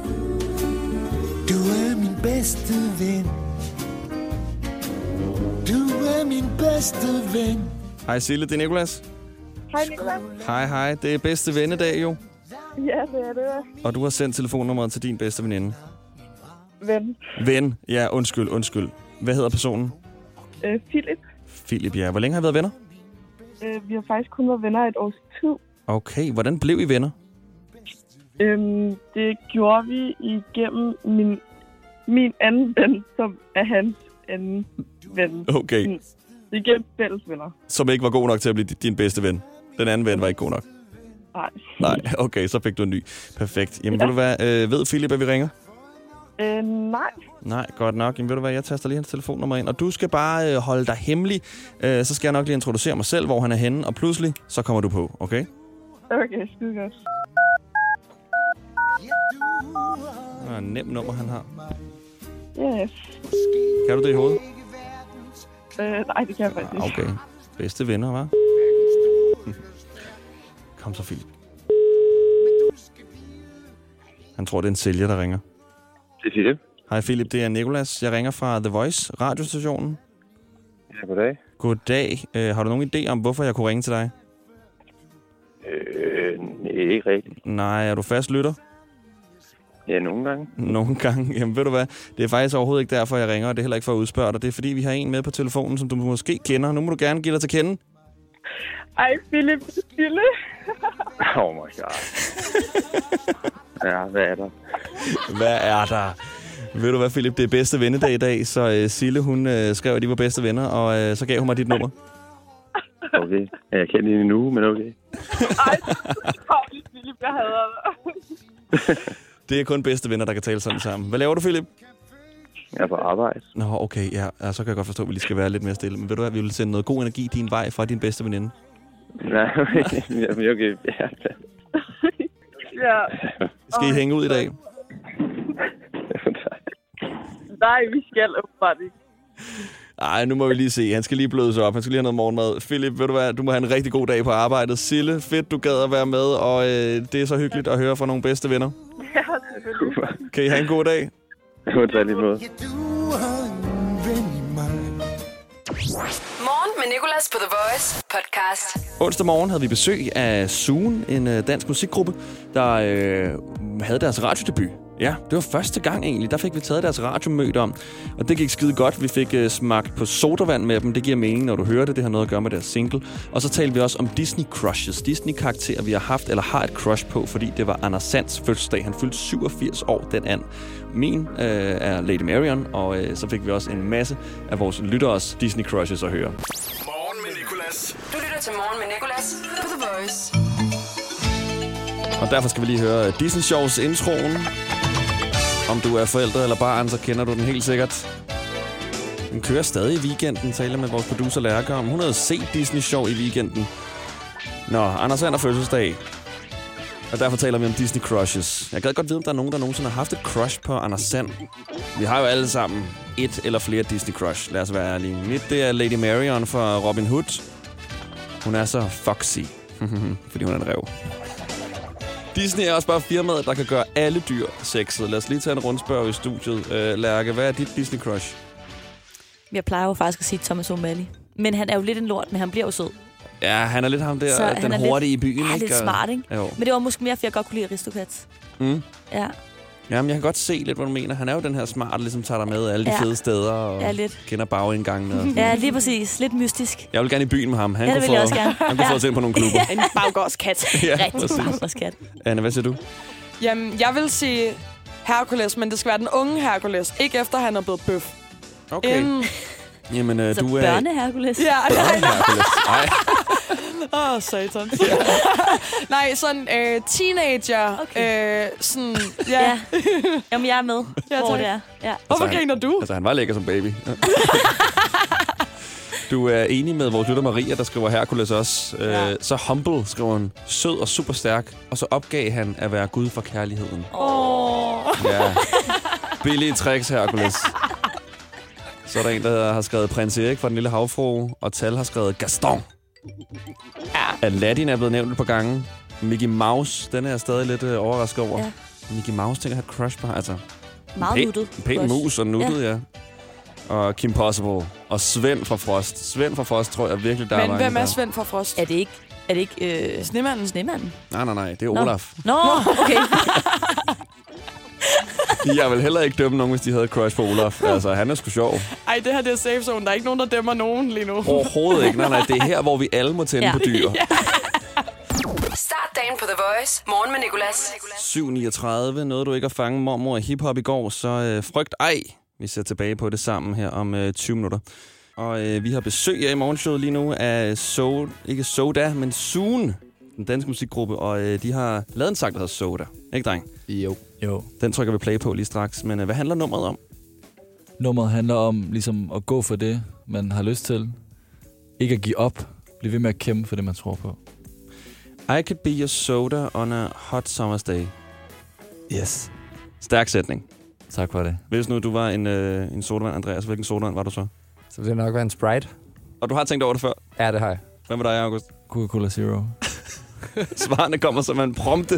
Du er min bedste ven. Du er min bedste ven. Hej Sille, det er Nicolas. Hej Nicolas. Hej, hej. Det er bedste vennedag jo. Ja, det er det. Og du har sendt telefonnummeret til din bedste veninde. Ven. Ven? Ja, undskyld, undskyld. Hvad hedder personen? Øh, Philip. Philip, ja. Hvor længe har I været venner? Øh, vi har faktisk kun været venner et års tid. Okay, hvordan blev I venner? Øhm, det gjorde vi igennem min, min anden ven, som er hans anden ven. Okay. Igennem fælles venner. Som ikke var god nok til at blive din bedste ven. Den anden ven var ikke god nok. Nej. Nej, okay, så fik du en ny. Perfekt. Jamen, ja. Ved du hvad, øh, ved Philip, at vi ringer? Øh, nej. Nej, godt nok. Jamen, ved du hvad, jeg taster lige hans telefonnummer ind. Og du skal bare øh, holde dig hemmelig. Øh, så skal jeg nok lige introducere mig selv, hvor han er henne. Og pludselig, så kommer du på, okay? Okay, skide godt. Det er en nem nummer, han har. Yes. Kan du det i hovedet? Øh, nej, det kan jeg faktisk ikke. Okay. Bedste venner, hva'? Kom så, Philip. Han tror, det er en sælger, der ringer. Det er Philip. Hej Philip, det er Nicolas. Jeg ringer fra The Voice, radiostationen. Ja, goddag. Goddag. Øh, har du nogen idé om, hvorfor jeg kunne ringe til dig? Øh, nej, ikke rigtigt. Nej, er du fast lytter? Ja, nogle gange. Nogle gange. Jamen ved du hvad, det er faktisk overhovedet ikke derfor, jeg ringer, og det er heller ikke for at udspørge dig. Det er fordi, vi har en med på telefonen, som du måske kender. Nu må du gerne give dig til kende. Ej, Philip, stille. Oh my god. Ja, hvad er der? Hvad er der? Ved du hvad, Philip? Det er bedste vennedag i dag, så uh, Sille, hun uh, skrev, at de var bedste venner, og uh, så gav hun mig dit nummer. Okay. Jeg kender hende endnu, men okay. Ej, Philip, jeg hader dig. Det er kun bedste venner, der kan tale sådan sammen. Hvad laver du, Philip? Jeg er på arbejde. Nå, okay, ja. ja. Så kan jeg godt forstå, at vi lige skal være lidt mere stille. Men ved du hvad, vi vil sende noget god energi din vej fra din bedste veninde. Nej, okay. okay. Ja. Ja. Skal I hænge ud i dag? Nej, vi skal åbenbart ikke. Ej, nu må vi lige se. Han skal lige blødes op. Han skal lige have noget morgenmad. Philip, ved du hvad? Du må have en rigtig god dag på arbejdet. Sille, fedt, du gad at være med, og øh, det er så hyggeligt at høre fra nogle bedste venner. Ja, selvfølgelig. Kan I have en god dag? Det var det lige måde. Morgen med Nicolas på The Voice podcast. Onsdag morgen havde vi besøg af Soon, en øh, dansk musikgruppe, der øh, havde deres radiodebut. Ja, det var første gang egentlig. Der fik vi taget deres radiomøde om, og det gik skide godt. Vi fik øh, smagt på sodavand med dem. Det giver mening, når du hører det. Det har noget at gøre med deres single. Og så talte vi også om Disney crushes. Disney-karakterer, vi har haft eller har et crush på, fordi det var Anders Sands fødselsdag. Han fyldte syvogfirs år den anden. Min øh, er Lady Marion, og øh, så fik vi også en masse af vores lytteres Disney crushes at høre. Morgen med Nicolas. Du lytter til Morgen med Nicolas på The Voice. Og derfor skal vi lige høre Disney Shows introen. Om du er forældre eller barn, så kender du den helt sikkert. Den kører stadig i weekenden, taler med vores producer Lærke om. Hun havde set Disney Show i weekenden. Nå, Anders Sand er fødselsdag. Og derfor taler vi om Disney crushes. Jeg gad godt vide, om der er nogen, der nogensinde har haft et crush på Anders Sand. Vi har jo alle sammen et eller flere Disney crush, lad os være ærlige. Mit, det er Lady Marion fra Robin Hood. Hun er så foxy, fordi hun er en ræv. Disney er også bare firmaet, der kan gøre alle dyr sexede. Lad os lige tage en rundspørg i studiet. Uh, Lærke, hvad er dit Disney crush? Jeg plejer jo faktisk at sige Thomas O'Malley. Men han er jo lidt en lort, men han bliver jo sød. Ja, han er lidt ham der, så den hurtige i byen. Han er lidt smart, ikke? Jo. Men det var måske mere, fordi jeg godt kunne lide Aristocats. Mm. Ja. Jamen, jeg kan godt se lidt, hvad du mener. Han er jo den her smart, ligesom tager dig med alle de ja. fede steder og ja, lidt. kender bagindgangene. Og ja, lige præcis. Lidt mystisk. Jeg vil gerne i byen med ham. Han ja, det kunne vil få, jeg også gerne. Han kunne ja. få os ind på nogle klubber. En baggårdskat. ja, rigtig baggårdskat. Anne, hvad siger du? Jamen, jeg vil sige Hercules, men det skal være den unge Hercules. Ikke efter, han er blevet bøf. Okay. Inden... Jamen, uh, så du er... børne-Hercules? Ja, børne-Hercules. Nej. Åh, oh, satan. Yeah. Nej, sådan øh, teenager. Okay. Øh, sådan, ja. ja. Jamen, jeg er med, ja, hvor det er. Ja. Hvorfor altså, griner du? Altså, han var lækker som baby. Du er enig med vores lytter Maria, der skriver Hercules også. Ja. Øh, så humble, skriver hun. Sød og super stærk. Og så opgav han at være Gud for kærligheden. Åh. Oh. Ja. Billige tricks, Hercules. Så er der en, der har skrevet Prins Erik fra Den Lille Havfrue, og Tal har skrevet Gaston. Ja. Aladdin er blevet nævnt et par gange. Mickey Mouse, den er jeg stadig lidt øh, overrasket over. Ja. Mickey Mouse tænker jeg har et crush på, altså. Meget pæn, nuttet. En pæn mus og nuttet, ja. ja. Og Kim Possible. Og Svend fra Frost. Svend fra Frost, tror jeg virkelig, der Men er hvem er Svend fra Frost? Er det ikke, er det ikke øh, Snemanden? Snemanden? Nej, nej, nej. Det er Olaf. Nå, Nå okay. Jeg vil heller ikke dømme nogen, hvis de havde crush på Olaf. Altså, han er sgu sjov. Ej, det her det er safe zone. Der er ikke nogen, der dømmer nogen lige nu. Overhovedet ikke. Nej, nej. Det er her, hvor vi alle må tænde ja. på dyr. ja. Start dagen på The Voice. Morgen med Nicolas. syv niogtredive. Noget, du ikke har fanget mormor i hiphop i går. Så øh, frygt ej. Vi ser tilbage på det sammen her om øh, tyve minutter. Og øh, vi har besøg af i morgenshowet lige nu af So, ikke Soda, men Soon, den danske musikgruppe. Og øh, de har lavet en sang, der hedder Soda. Ikke, dreng? Jo. jo. Den trykker vi play på lige straks. Men øh, hvad handler nummeret om? Nummeret handler om ligesom at gå for det, man har lyst til. Ikke at give op. Bliv ved med at kæmpe for det, man tror på. I could be your soda on a hot summer's day. Yes. Stærk sætning. Tak for det. Hvis nu du var en, øh, en sodavand, Andreas, hvilken sodavand var du så? Så vil det nok være en Sprite. Og du har tænkt over det før? Ja, det har jeg. Hvad med dig, August? Coca-Cola Zero. Svarene kommer som en prompte.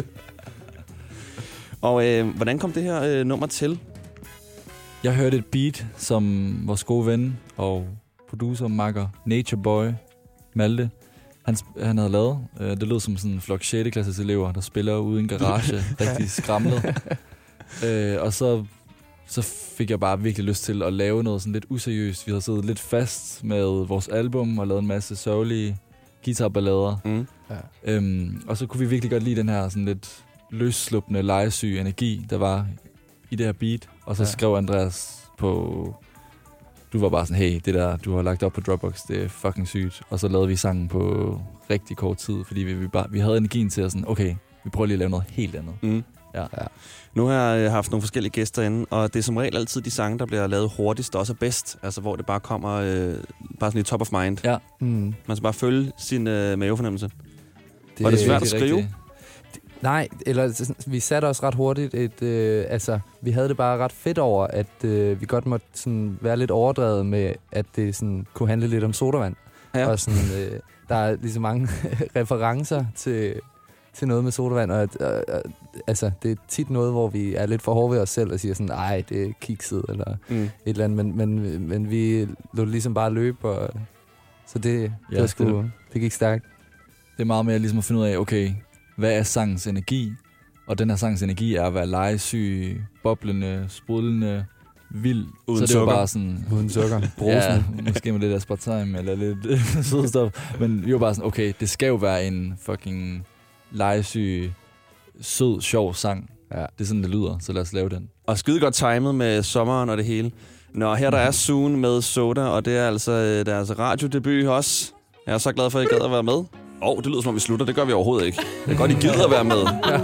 Og øh, hvordan kom det her øh, nummer til? Jeg hørte et beat, som vores gode ven og producer, makker, Nature Boy, Malte, han, han havde lavet. Øh, det lød som sådan en flok sjette klasses elever, der spiller ude i en garage, rigtig skramlet. Øh, og så, så fik jeg bare virkelig lyst til at lave noget sådan lidt useriøst. Vi havde siddet lidt fast med vores album og lavet en masse sørgelige guitarballader. Mm. Ja. Øhm, og så kunne vi virkelig godt lide den her sådan lidt løssluppende, legesyge energi, der var i det her beat, og så Ja. skrev Andreas på... Du var bare sådan, hey, det der, du har lagt op på Dropbox, det er fucking sygt. Og så lavede vi sangen på rigtig kort tid, fordi vi, vi, bare, vi havde energien til at sådan, okay, vi prøver lige at lave noget helt andet. Mm. Ja. Ja. Nu har jeg haft nogle forskellige gæster inde, og det er som regel altid de sange, der bliver lavet hurtigst, der også er bedst. Altså, hvor det bare kommer øh, bare sådan i top of mind. Ja. Mm. Man skal bare følge sin øh, mavefornemmelse. Det, Var det svært at det er skrive? rigtigt. Nej, eller sådan, vi satte os ret hurtigt et... Øh, altså, vi havde det bare ret fedt over, at øh, vi godt måtte sådan, være lidt overdrevet med, at det sådan, kunne handle lidt om sodavand. Ja. Og sådan, øh, der er lige så mange referencer til, til noget med sodavand, og at, øh, øh, altså, det er tit noget, hvor vi er lidt for hårde ved os selv og siger sådan, ej, det er kikset, eller Mm. et eller andet, men, men, men vi lå det ligesom bare løbe, og, så det, det, Ja, var sgu, det- det gik stærkt. Det er meget mere ligesom at finde ud af, okay, hvad er sangens energi? Og den her sangens energi er at være legesyg, boblende, sprudlende, vild. Uden så det sukker. var bare sådan... Uden sukker. Ja, Brusende. måske med lidt aspartame eller lidt sødstof. Men vi var bare sådan, okay, det skal jo være en fucking legesyg, sød, sjov sang. Ja. Det er sådan, det lyder, så lad os lave den. Og skide godt timet med sommeren og det hele. Nå, her der er Soon med Soda, og det er altså øh, deres radiodebut også. Jeg er så glad for, at I gad at være med. Åh, oh, det lyder som om vi slutter. Det gør vi overhovedet ikke. Det er godt, I gider at være med.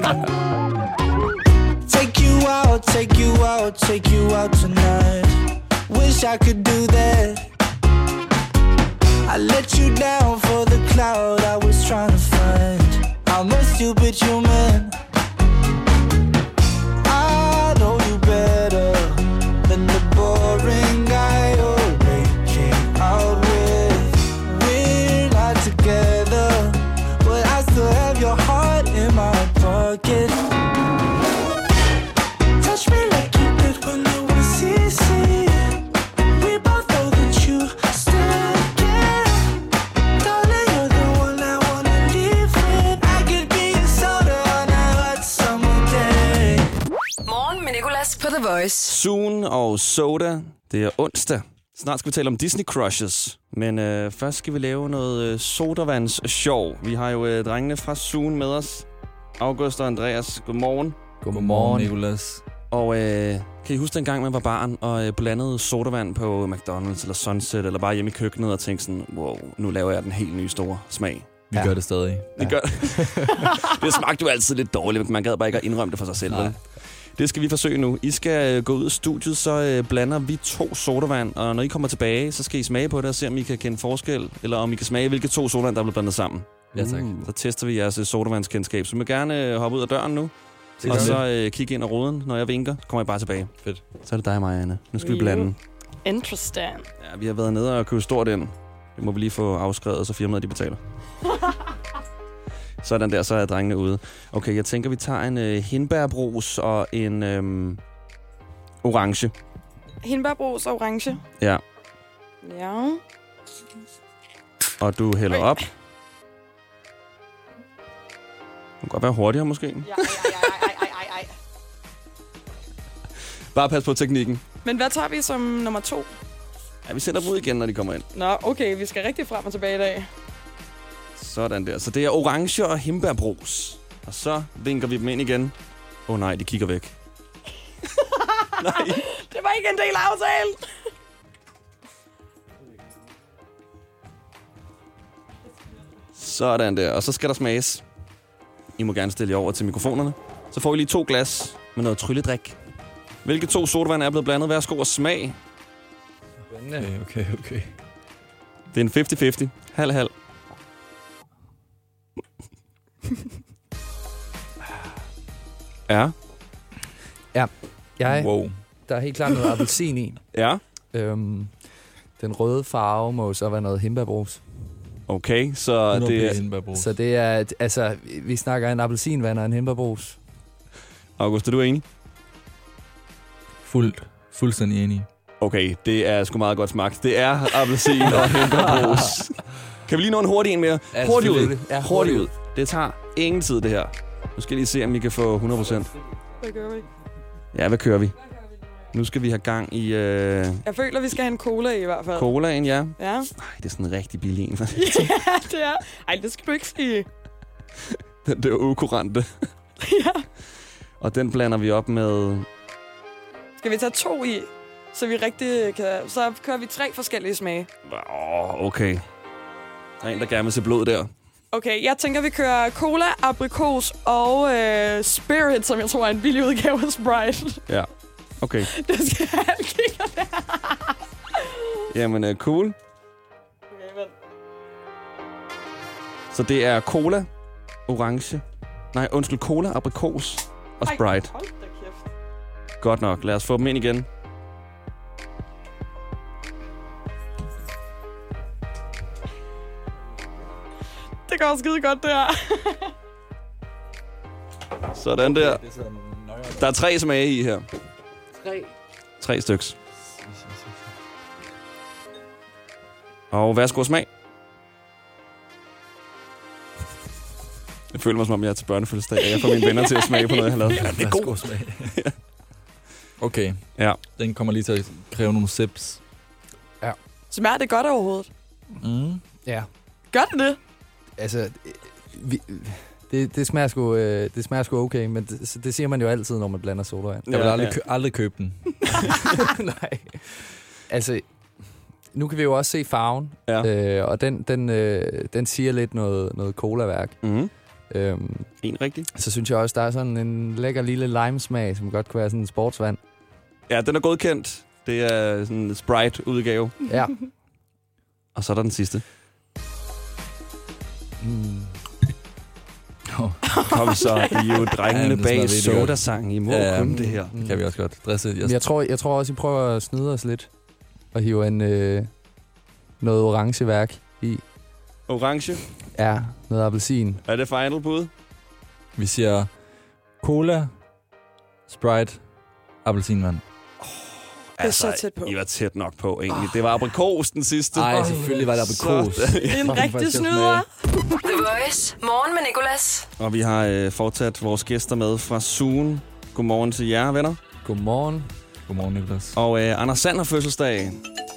Take you out, take you out, take you out tonight. Wish I could do that. I let you down for the cloud I was trying to find. I'm a stupid human. I know you better than the boring guy you're making out with. We're not together, but I still have your heart in my pocket. Touch me like you did when you were C C. We both know that you still care. Darling, you're the one I wanna live with. I could be a soda on a hot summer day. Morgen med Nicolas på The Voice. Soon og Soda. Det er onsdag. Snart skal vi tale om Disney Crushes. Men øh, først skal vi lave noget øh, sodavands sjov. Vi har jo øh, drengene fra Soon med os. August og Andreas, godmorgen. Godmorgen, Nicolas. Og øh, kan I huske dengang, man var barn og øh, blandede sodavand på McDonald's eller Sunset, eller bare hjemme i køkkenet og tænkte sådan, wow, nu laver jeg den helt nye store smag. Vi ja. gør det stadig. Det, gør. Det smagte jo altid lidt dårligt, men man gad bare ikke at indrømme det for sig selv. Vel? Det skal vi forsøge nu. I skal øh, gå ud af studiet, så øh, blander vi to sodavand, og når I kommer tilbage, så skal I smage på det og se, om I kan kende forskel, eller om I kan smage, hvilke to sodavand, der er blevet blandet sammen. Ja, tak. Mm. Så tester vi jeres øh, sodavandskendskab. Så I må gerne øh, hoppe ud af døren nu, Det og gør så øh, kigge ind ad ruden. Når jeg vinker, så kommer I bare tilbage. Fedt. Så er det dig, Marianne. Nu skal vi Jo. blande. Interesting. Ja, vi har været nede og købe stort ind. Det må vi lige få afskrevet, så firmaet de betaler. Sådan der, så er drengene ude. Okay, jeg tænker, vi tager en øh, hindbærbrus og en øh, orange. Hindbærbrus og orange. Ja, Ja. og du hælder Oj. op. Det kan godt være hurtigere, måske. Ja, ej, ej, ej, ej, ej, ej. Bare pas på teknikken. Men hvad tager vi som nummer to? Ja, vi sender dem ud igen, når de kommer ind. Nå, okay, vi skal rigtig frem og tilbage i dag. Sådan der. Så det er orange og hindbærbrus. Og så vinker vi dem ind igen. Åh oh, nej, de kigger væk. Nej. Det var ikke en del af aftalen. Sådan der. Og så skal der smages. I må gerne stille jer over til mikrofonerne. Så får I lige to glas med noget trylledrik. Hvilke to sodavand er blevet blandet? Værsgo og smag. Okay, okay, okay. Det er en halvtreds halvtreds. Halv-halv. Ja. Ja, jeg, Wow. der er helt klart noget appelsin i. Ja. Øhm, den røde farve må så være noget hindbærbrus. Okay, så det er... Så det er, altså, vi snakker en appelsinvand og en hindbærbrus. August, er du enig? Fuldt. Fuldstændig enig. Okay, det er sgu meget godt smagt. Det er appelsin og hindbærbrus. Kan vi lige nå en hurtig en mere? Ja, Hurtigt ud. selvfølgelig. Ja, Hurtigt hurtigt ud. Det tager ingen tid, det her. Nu skal jeg lige se, om vi kan få hundrede procent. Hvad gør vi? Ja, hvad kører vi? Nu skal vi have gang i øh, Jeg føler, vi skal have en cola i, i hvert fald. colaen, ja. Ja. Ej, det er sådan en rigtig billig en. Ja, det er. Ej, det skal du ikke sige. Den der ukurante. Ja. Og den blander vi op med Skal vi tage to i, så vi rigtig kan... Så kører vi tre forskellige smage. Åh, oh, okay. Der er en, der gerne vil se blod der. Okay, jeg tænker, vi kører cola, aprikos og øh, Spirit, som jeg tror er en billig udgave af Sprite. Ja, okay. Det skal jeg kigge der. Jamen, uh, cool. Okay, vent. Så det er cola, orange... Nej, undskyld, cola, aprikos og Sprite. Ej, hold da kæft. Godt nok. Lad os få dem ind igen. Det går skide godt, det her. Sådan der. Der er tre smage i her. Tre. Tre styks. Og værsgo smag. Jeg føler mig, som om jeg er til børnefødselsdag, og jeg får mine venner til at smage på noget, jeg har lavet. Ja, det er god smag. Okay. Ja. Den kommer lige til at kræve nogle sips. Ja. Smager det godt overhovedet? Mm. Ja. Gør det det? Altså, vi, det, det, smager sgu, øh, det smager sgu okay, men det, det siger man jo altid, når man blander sodavand. Jeg vil aldrig, kø- aldrig købe den. Nej. Altså, nu kan vi jo også se farven, ja. øh, og den, den, øh, den siger lidt noget, noget cola-værk. Mm-hmm. Øhm, en rigtig. Så synes jeg også, der er sådan en lækker lille limesmag, som godt kunne være sådan en sportsvand. Ja, den er godkendt. Det er sådan en Sprite-udgave. Ja. Og så er der den sidste. Mm. Oh. Kom så, I er jo drengene ja, bag sodasangen. I må ja, ja, kunne det her. Det kan vi også godt. Dresse. Jeg, jeg, tror, jeg tror også, I prøver at snyde os lidt. Og hive en, øh, noget orange værk i. Orange? Ja, noget appelsin. Er det final bud? Vi siger cola, Sprite, appelsinvand. Oh, altså, det er så tæt på. I var tæt nok på, egentlig. Det var aprikos den sidste. Nej, selvfølgelig var det aprikos. Det er en rigtig snyder. The Voice. Morgen med Nicolas. Og vi har øh, fortsat vores gæster med fra Zoom. Godmorgen til jer, venner. Godmorgen. Godmorgen, Nicolas. Og øh, Anders Sand har fødselsdag.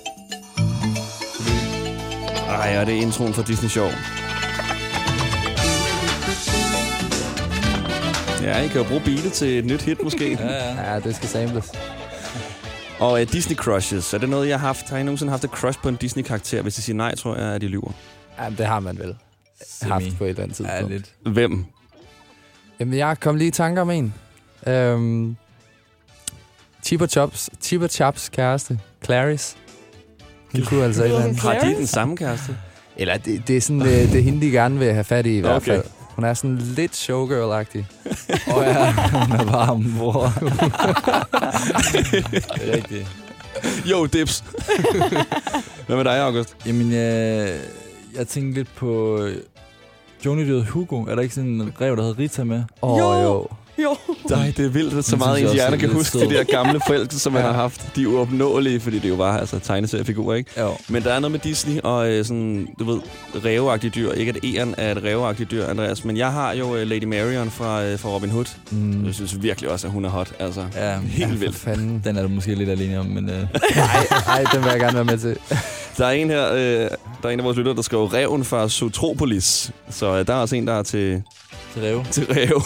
Ej, og det er introen fra Disney Show. Ja, I kan jo bruge beatet til et nyt hit, måske. ja, ja. ja, det skal samles. Og uh, Disney Crushes, er det noget, jeg har haft? Har I nogensinde haft et crush på en Disney-karakter? Hvis I siger nej, tror jeg, at de lyver. Ja, det har man vel Semi. haft på et eller andet tidspunkt. Ja, lidt. Hvem? Jamen, jeg kom lige i tanker om en. Øhm, Chip og Chops, Chip og Chops kæreste, Clarice. Det kunne altså et eller andet. Har de den samme kæreste? Eller det, det er sådan, det, det er hende, de gerne vil have fat i i hvert okay. fald. Hun er sådan lidt showgirl-agtig. Åh oh, ja, hun er varm, bror. Det er rigtigt. Jo, dips. Hvad med dig, August? Jamen, jeg, jeg tænkte lidt på Joni Døde Hugo. Er der ikke sådan en rev, der hedder Rita med? Åh, oh, jo. jo. Jo. Nej, det er vildt, så meget ens hjerne kan huske de der gamle forelsker, som man ja. har haft. De er uopnåelige, fordi det jo var altså tegneseriefigurer, ikke? Jo. Men der er noget med Disney og øh, sådan, du ved, ræveagtige dyr. Ikke at Eren er et ræveagtigt dyr, Andreas, men jeg har jo øh, Lady Marion fra, øh, fra Robin Hood. Mm. Jeg synes virkelig også, at hun er hot. Altså, ja, helt ja, vildt. Fanden. Den er du måske lidt alene om, men... Øh... nej, nej, den vil jeg gerne være med til. Der er en her, øh, der er en af vores lyttere, der skriver Ræven fra Zootropolis. Så øh, der er også en, der er til... Til ræve. Til ræve.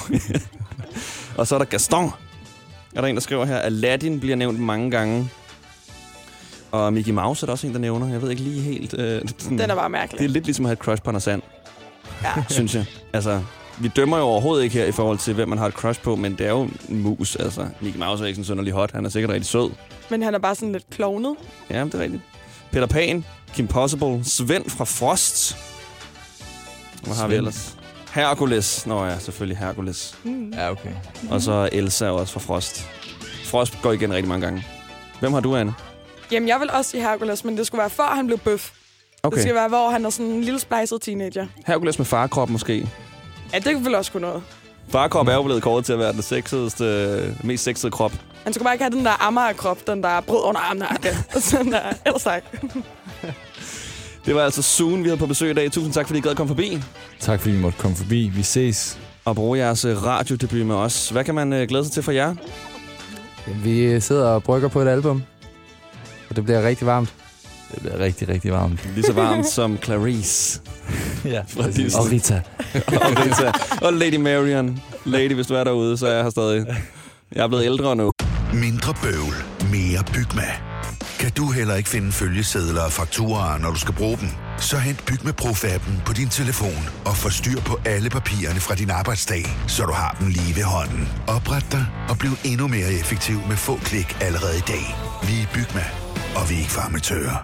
Og så er der Gaston. Er der en, der skriver her, Aladdin bliver nævnt mange gange. Og Mickey Mouse er der også en, der nævner. Jeg ved ikke lige helt... Øh, sådan, den er bare mærkelig. Det er lidt ligesom at have et crush på Anders Sand. Ja. Synes jeg. Altså, vi dømmer jo overhovedet ikke her i forhold til, hvem man har et crush på, men det er jo en mus. Altså, Mickey Mouse er ikke sådan sønderlig hot. Han er sikkert rigtig sød. Men han er bare sådan lidt klovnet. Ja, det er rigtigt. Peter Pan, Kim Possible, Svend fra Frost. Hvad har vi ellers? Hercules. Nå ja, selvfølgelig Hercules. Mm. Ja, okay. Og så Elsa også fra Frost. Frost går igen rigtig mange gange. Hvem har du, Anne? Jamen, jeg vil også sige Hercules, men det skulle være før han blev bøf. Okay. Det skal være, hvor han er sådan en lille splejset teenager. Hercules med farkrop måske? Ja, det vil også kunne noget. Farkrop er jo blevet kåret til at være den sexede, mest sexede krop. Han skulle bare ikke have den der Amager-krop, den der brød under armene. Sådan der, ellers tak. Det var altså Zoom, vi havde på besøg i dag. Tusind tak, fordi I gad komme forbi. Tak, fordi I måtte komme forbi. Vi ses. Og bruge jeres radiodebut med os. Hvad kan man glæde sig til for jer? Vi sidder og brygger på et album. Og det bliver rigtig varmt. Det bliver rigtig, rigtig varmt. Lige så varmt som Clarice. Ja, og Rita. og Rita. Og Lady Marion. Lady, hvis du er derude, så er jeg her stadig. Jeg er blevet ældre nu. Mindre bøvl, mere Bygma. Kan du heller ikke finde følgesedler og fakturer, når du skal bruge dem? Så hent Bygma Pro-appen på din telefon og få styr på alle papirerne fra din arbejdsdag, så du har dem lige ved hånden. Opret dig og bliv endnu mere effektiv med få klik allerede i dag. Vi er Bygma, og vi er ikke farmatører.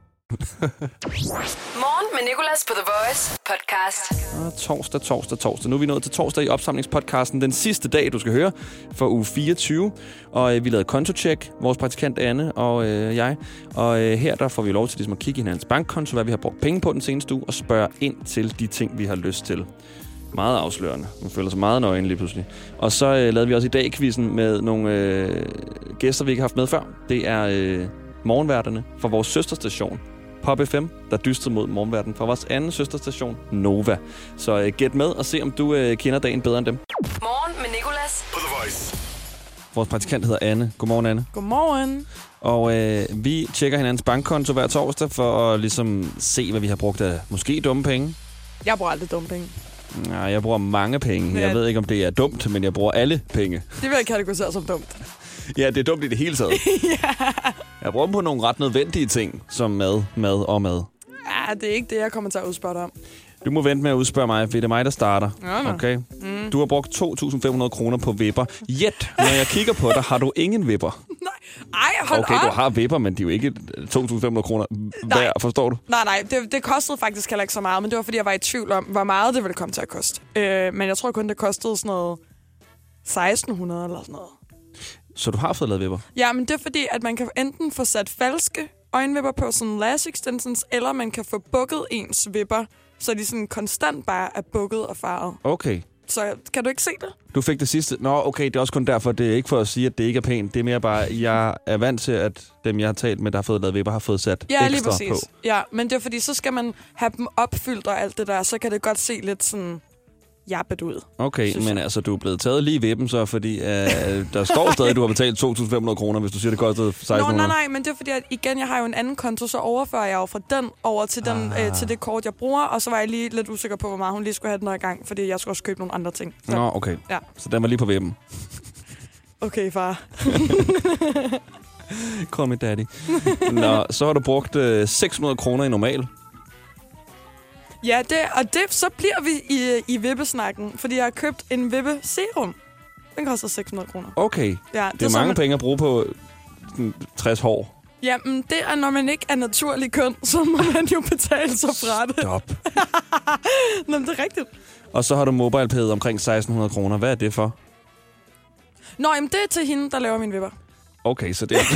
Morgen med Nicolas på The Voice podcast. Og torsdag, torsdag, torsdag. Nu er vi nået til torsdag i opsamlingspodcasten. Den sidste dag, du skal høre, for uge fireogtyve. Og øh, vi lavede kontotjek, vores praktikant Anne og øh, jeg. Og øh, her der får vi lov til ligesom, at kigge i hinandens bankkonto, hvad vi har brugt penge på den seneste uge, og spørge ind til de ting, vi har lyst til. Meget afslørende. Man føler sig meget nøgen lige pludselig. Og så øh, lavede vi også i dag quizzen med nogle øh, gæster, vi ikke har haft med før. Det er øh, morgenværterne fra vores søsterstation Pop F M, der dyster mod morgenverden fra vores anden søsterstation, Nova. Så øh, gæt med og se, om du øh, kender dagen bedre end dem. Morgen med Nicolas på The Voice. Vores praktikant hedder Anne. Godmorgen, Anne. Godmorgen. Og øh, vi tjekker hinandens bankkonto hver torsdag for at ligesom se, hvad vi har brugt af måske dumme penge. Jeg bruger aldrig dumme penge. Nej, jeg bruger mange penge. Ja. Jeg ved ikke, om det er dumt, men jeg bruger alle penge. Det vil jeg kategorisere som dumt. Ja, det er dumt i det hele taget. Ja. Jeg bruger dem på nogle ret nødvendige ting, som mad, mad og mad. Ja, det er ikke det, jeg kommer til at udspørge dig om. Du må vente med at udspørge mig, for det er mig, der starter. Ja, nå. Okay? Mm. Du har brugt to tusind fem hundrede kroner på vipper. Jet, når jeg kigger på dig, har du ingen vipper. Ej, hold Okay, op. du har vipper, men de er jo ikke to tusind fem hundrede kroner værd, forstår du? Nej, nej, det, det kostede faktisk heller ikke så meget, men det var, fordi jeg var i tvivl om, hvor meget det ville komme til at koste. Øh, men jeg tror kun, det kostede sådan noget seksten hundrede eller sådan noget. Så du har fået lavet vipper? Ja, men det er fordi, at man kan enten få sat falske øjenvipper på sådan lash extensions, eller man kan få bukket ens vipper, så de sådan konstant bare er bukket og farvet. Okay. Så kan du ikke se det? Du fik det sidste. Nå, okay, det er også kun derfor. Det er ikke for at sige, at det ikke er pænt. Det er mere bare, at jeg er vant til, at dem, jeg har talt med, der har fået lavet vipper, har fået sat ja, ekstra lige præcis. på. Ja, men det er fordi, så skal man have dem opfyldt og alt det der, så kan det godt se lidt sådan jappet ud. Okay, men altså, du er blevet taget lige i vippen så, fordi øh, der står stadig, at du har betalt to tusind fem hundrede kroner, hvis du siger, det kostede seksten hundrede. Nå, nej, nej, men det er fordi, at igen, jeg har jo en anden konto, så overfører jeg jo fra den over til, den, Ah. øh, til det kort, jeg bruger, og så var jeg lige lidt usikker på, hvor meget hun lige skulle have den her gang, fordi jeg skulle også købe nogle andre ting. Så, Nå, okay. Ja. Så den var lige på vippen. Okay, far. Call me daddy. Nå, så har du brugt øh, seks hundrede kroner i normal. Ja, det, og det, så bliver vi i, i vippesnakken, fordi jeg har købt en vippe serum. Den koster seks hundrede kroner. Okay, Ja, det er mange man, penge at bruge på sådan, tres hår. Jamen, det er, når man ikke er naturlig køn, så må man jo betale sig fra det. Stop. Nå, men det er rigtigt. Og så har du MobilePay omkring seksten hundrede kroner. Hvad er det for? Nå, jamen, det er til hende, der laver mine vipper. Okay, så det er...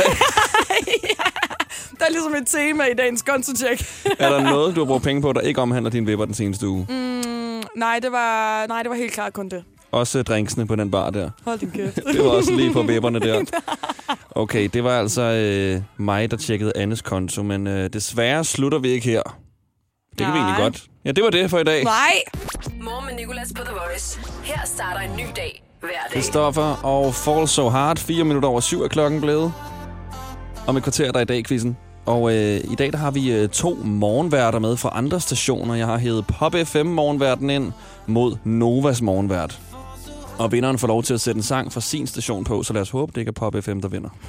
Der er ligesom et tema i dagens kontotjek. Er der noget, du har brugt penge på, der ikke omhandler dine vipper den seneste uge? Mm, nej, det var, nej, det var helt klart kun det. Også drinksene på den bar der. Hold din kæft. Det var også lige på vipperne der. Okay, det var altså øh, mig, der tjekkede Annes konto, men øh, desværre slutter vi ikke her. Det kan vi egentlig godt. Ja, det var det for i dag. Nej! Morgen med Nicolas på The Voice. Her starter en ny dag hver dag. Christoffer og Fall So Hard. Fire minutter over syv er klokken blevet. Om et kvarter der i dag, quizzen. Og øh, i dag der har vi øh, to morgenværter med fra andre stationer. Jeg har hævet Pop F M morgenværten ind mod Novas morgenvært. Og vinderen får lov til at sætte en sang fra sin station på, så lad os håbe, det ikke er Pop F M, der vinder.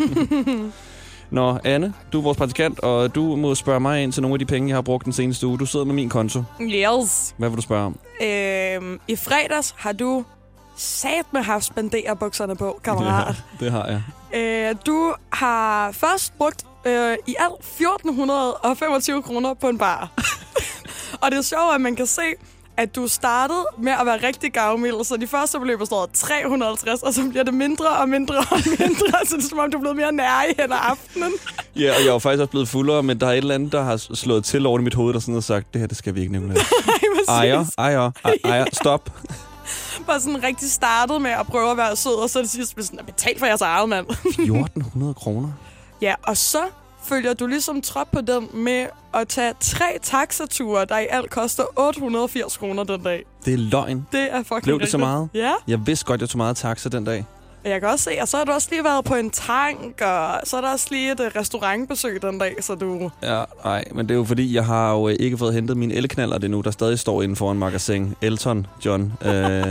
Nå, Anne, du er vores praktikant, og du må spørge mig ind til nogle af de penge, jeg har brugt den seneste uge. Du sidder med min konto. Yes. Hvad vil du spørge om? Øhm, I fredags har du sat med haft spenderbukserne på, kammerat. Ja, det har jeg. Øh, du har først brugt øh, i alt fjorten femogtyve kroner på en bar. Og det er sjovt, at man kan se, at du startede med at være rigtig gavmild, så de første beløb står tre hundrede og halvtreds, og så bliver det mindre og mindre og mindre, så det er som om, du er blevet mere nær i hen ad aftenen. Ja, og jeg er jo faktisk også blevet fuldere, men der er et eller andet, der har slået til over i mit hoved, der sådan har sagt, det her, det skal vi ikke nemlig. Ejer, ejer, ejer, stop. Bare sådan rigtig startet med at prøve at være sød, og så er det sidst sådan, betal for jeres eget, mand. fjorten hundrede kroner? Ja, og så følger du ligesom trop på den med at tage tre taxature, der i alt koster otte hundrede og firs kroner den dag. Det er løgn. Det er fucking Blev det så rigtigt. meget? Ja. Jeg vidste godt, jeg tog meget taxa den dag. Jeg kan også se, og så har du også lige været på en tank, og så er der også lige et uh, restaurantbesøg den dag, så du... Ja, nej, men det er jo fordi, jeg har jo ikke fået hentet mine elknaller det nu, der stadig står inden for en magasin. Elton John. Øh,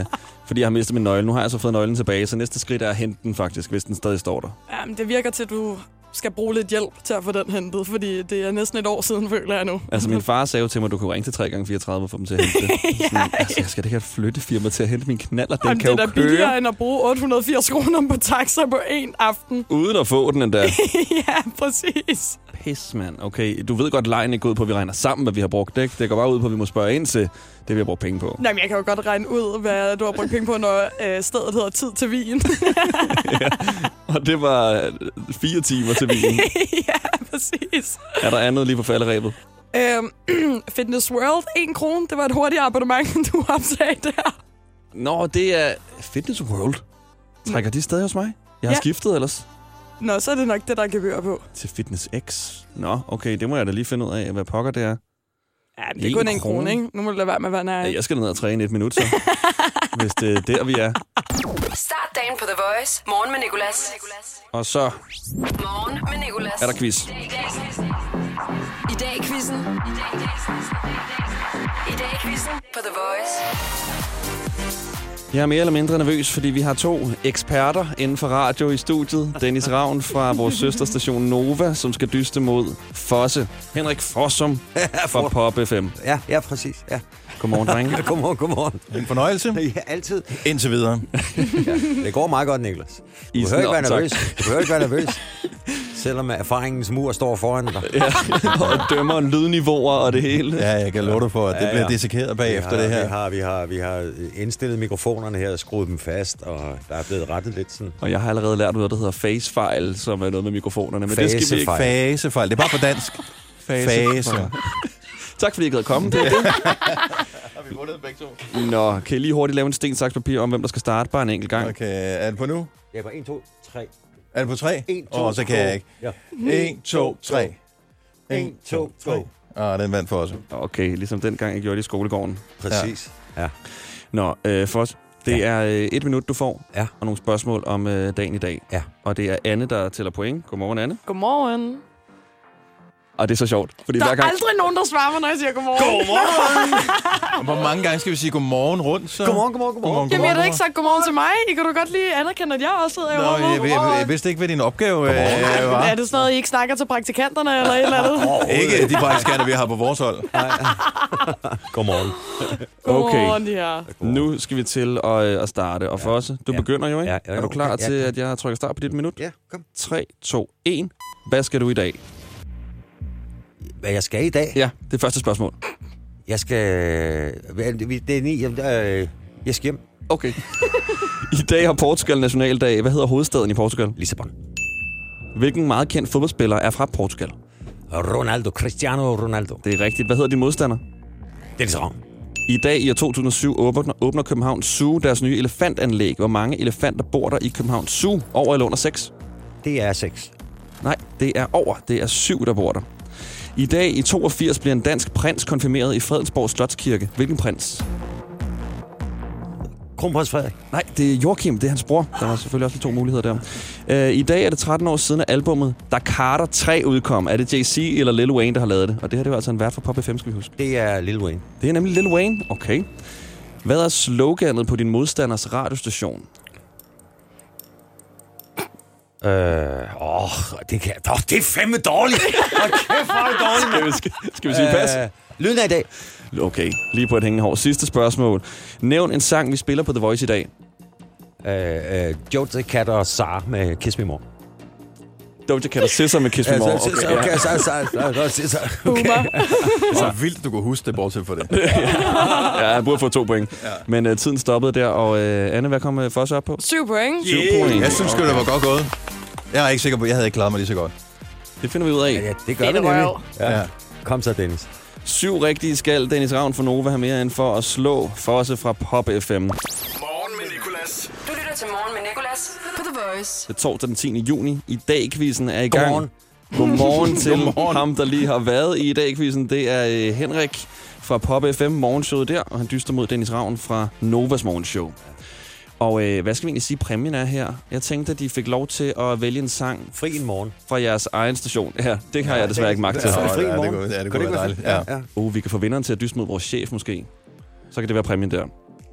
Fordi jeg har mistet min nøgle. Nu har jeg så fået nøglen tilbage, så næste skridt er at hente den faktisk, hvis den stadig står der. Ja, men det virker til, at du skal bruge lidt hjælp til at få den hentet, fordi det er næsten et år siden, føler jeg nu. Altså, min far sagde jo til mig, at du kunne ringe til tre gange fireogtredive og få dem til at hente det. ja, Sådan, altså, jeg skal da ikke have et flyttefirma til at hente min knaller. Den Jamen, kan det er jo da køre. billigere end at bruge otte hundrede og firs kroner på taxa på en aften. Uden at få den endda. ja, præcis. Pis, mand. Okay, du ved godt, lejen ikke går ud på, at vi regner sammen, hvad vi har brugt. Det, det går bare ud på, at vi må spørge ind til det, vi har brugt penge på. Jamen, jeg kan jo godt regne ud, hvad du har brugt penge på, når øh, stedet hedder Tid til Vin. ja. Og det var fire timer til vinen. ja, præcis. Er der andet lige på falderæbet? Øhm, Fitness World, en krone. Det var et hurtigt abonnement, du opsagde der. Nå, det er Fitness World. Trækker de stadig hos mig? Jeg har Ja. skiftet ellers. Nå, så er det nok det, der er gebyr på. Til Fitness X. Nå, okay, det må jeg da lige finde ud af, hvad pokker det er. Ja, men det er kun en krone, ikke? Nu må du lade være med, hvad den er. Ja, jeg skal ned og træne et minut, så. Hvis det er der, vi er. Start dagen på The Voice. Morgen med Nicolas. Og så Morgen med Nicolas. er der quiz. I dag i quizzen. I dag i quizzen på The Voice. Jeg er mere eller mindre nervøs, fordi vi har to eksperter inden for radio i studiet. Dennis Ravn fra vores søsterstation Nova, som skal dyste mod Fosse. Henrik Fossum fra Pop F M. Ja, ja, præcis. Ja. Godmorgen, drenge. godmorgen, godmorgen. En fornøjelse. Ja, altid. Indtil videre. ja, det går meget godt, Niklas. Du behøver ikke være nervøs. Du behøver ikke være nervøs. Selvom erfaringens mur står foran dig. ja, og dømmer lydniveauer og det hele. Ja, jeg kan love dig for, at det ja, ja. bliver dissekeret bagefter vi har, det her. Vi har, vi, har, vi har indstillet mikrofonerne her og skruet dem fast, og der er blevet rettet lidt sådan. Og jeg har allerede lært noget, der hedder facefejl, som er noget med mikrofonerne. Men Fasefejl. det skal vi ikke. Fasefejl. Det er bare på dansk. Fase. Tak fordi I gad komme. Det er det. Har vi vundet begge to? Nå, kan I lige hurtigt lave en sten, saks, papir om, hvem der skal starte bare en enkelt gang? Okay, er det på nu? Ja, på en, to, tre. Er det på tre? en, to, Åh, oh, så kan jeg ikke. Ja. en, to, tre. en, to, tre. Ah, den vandt for os. Okay, ligesom den gang, jeg gjorde det i skolegården. Præcis. Ja. ja. Nå, øh, for os. Det ja. er øh, et minut, du får, ja. og nogle spørgsmål om øh, dagen i dag. Ja. Og det er Anne, der tæller point. Godmorgen, Anne. Godmorgen. Og det er så sjovt. Fordi Der hver er gang... aldrig nogen, der svarer mig, når jeg siger godmorgen. Godmorgen! Hvor mange gange skal vi sige godmorgen rundt, så? Godmorgen, godmorgen, godmorgen. Jamen, jeg har da ikke sagt godmorgen til mig. I kan du godt lige anerkende, at jeg også hedder Nå, godmorgen. jeg, jeg, jeg vidste ikke, hvad din opgave øh, var. Er det sådan noget, I ikke snakker til praktikanterne eller et eller andet? Ikke de praktikanter, vi har på vores hold. Godmorgen. Okay, Godmorgen, ja. nu skal vi til at, øh, at starte. Og Fosse, du Ja. begynder jo, ikke? Ja, ja, er du klar okay. Ja, til, ja. at jeg trykker start på dit minut? Ja, kom. tre, to, et. Hvad skal du i dag? Hvad jeg skal i dag? Ja, det er første spørgsmål. Jeg skal... Det er ni. Jeg, jeg skal hjem. Okay. I dag har Portugal nationaldag. Hvad hedder hovedstaden i Portugal? Lissabon. Hvilken meget kendt fodboldspiller er fra Portugal? Ronaldo. Cristiano Ronaldo. Det er rigtigt. Hvad hedder din modstander? Dennis Ravn. I dag i år to tusind og syv åbner, åbner København Zoo deres nye elefantanlæg. Hvor mange elefanter bor der i København Zoo? Over eller under seks? Det er seks. Nej, det er over. Det er syv, der bor der. I dag i toogfirs bliver en dansk prins konfirmeret i Fredensborg Slotskirke. Hvilken prins? Kronprins Frederik. Nej, det er Joachim. Det er hans bror. Der var selvfølgelig også to muligheder der. Uh, I dag er det tretten år siden, at albumet Da Carter tre udkom. Er det Jay-Z eller Lil Wayne, der har lavet det? Og det her det er altså en vært for Pop F M, skal vi huske. Det er Lil Wayne. Det er nemlig Lil Wayne. Okay. Hvad er sloganet på din modstanders radiostation? Øh, åh, det kan... Åh, det er fandme dårligt. Åh, kæft, hvor er det dårligt, Skal vi, skal, skal vi sige pas? Øh, lyden af i dag. Okay, lige på et hængende hår. Sidste spørgsmål. Nævn en sang, vi spiller på The Voice i dag. Øh, øh, Doja Cat og Sar med Kiss Me More. Doja Cat og Scissor med Kiss Me More. Okay, Okay, okay, ja. så, så, så, så, okay. Det var vildt, du kunne huske det, bortset for det. Ja, jeg burde få to point. Ja. Men uh, tiden stoppede der, og uh, Anne, hvad kom uh, Fosse op på? Syv point. Syv point. Jeg synes okay. Det var godt gået. Jeg er ikke sikker på, jeg havde ikke klaret mig lige så godt. Det finder vi ud af. Ja, det gør vi Fedt nemlig. røv. Ja. Kom så, Dennis. Syv rigtige skal Dennis Ravn for Nova have mere end for at slå Fosse fra Pop F M. Morgen med Nicolas. Du lytter til Morgen med Nicolas på The Voice. Det er torsdag den tiende juni. I dag-quizzen er i gang. Godmorgen. Godmorgen til Godmorgen. ham, der lige har været i dag-quizzen. Det er uh, Henrik fra Pop F M morgenshowet der, og han dyster mod Dennis Ravn fra Novas morgenshow. Og øh, hvad skal vi egentlig sige, præmien er her? Jeg tænkte, at de fik lov til at vælge en sang Fri en morgen. fra jeres egen station. Ja, det har ja, jeg desværre ikke magt til. Ja, Ja, fri det morgen. kunne, ja, det Kunne kunne det være ikke dejligt. være Ja. Ja. Uh, vi kan få vinderen til at dyste mod vores chef måske. Så kan det være præmien der.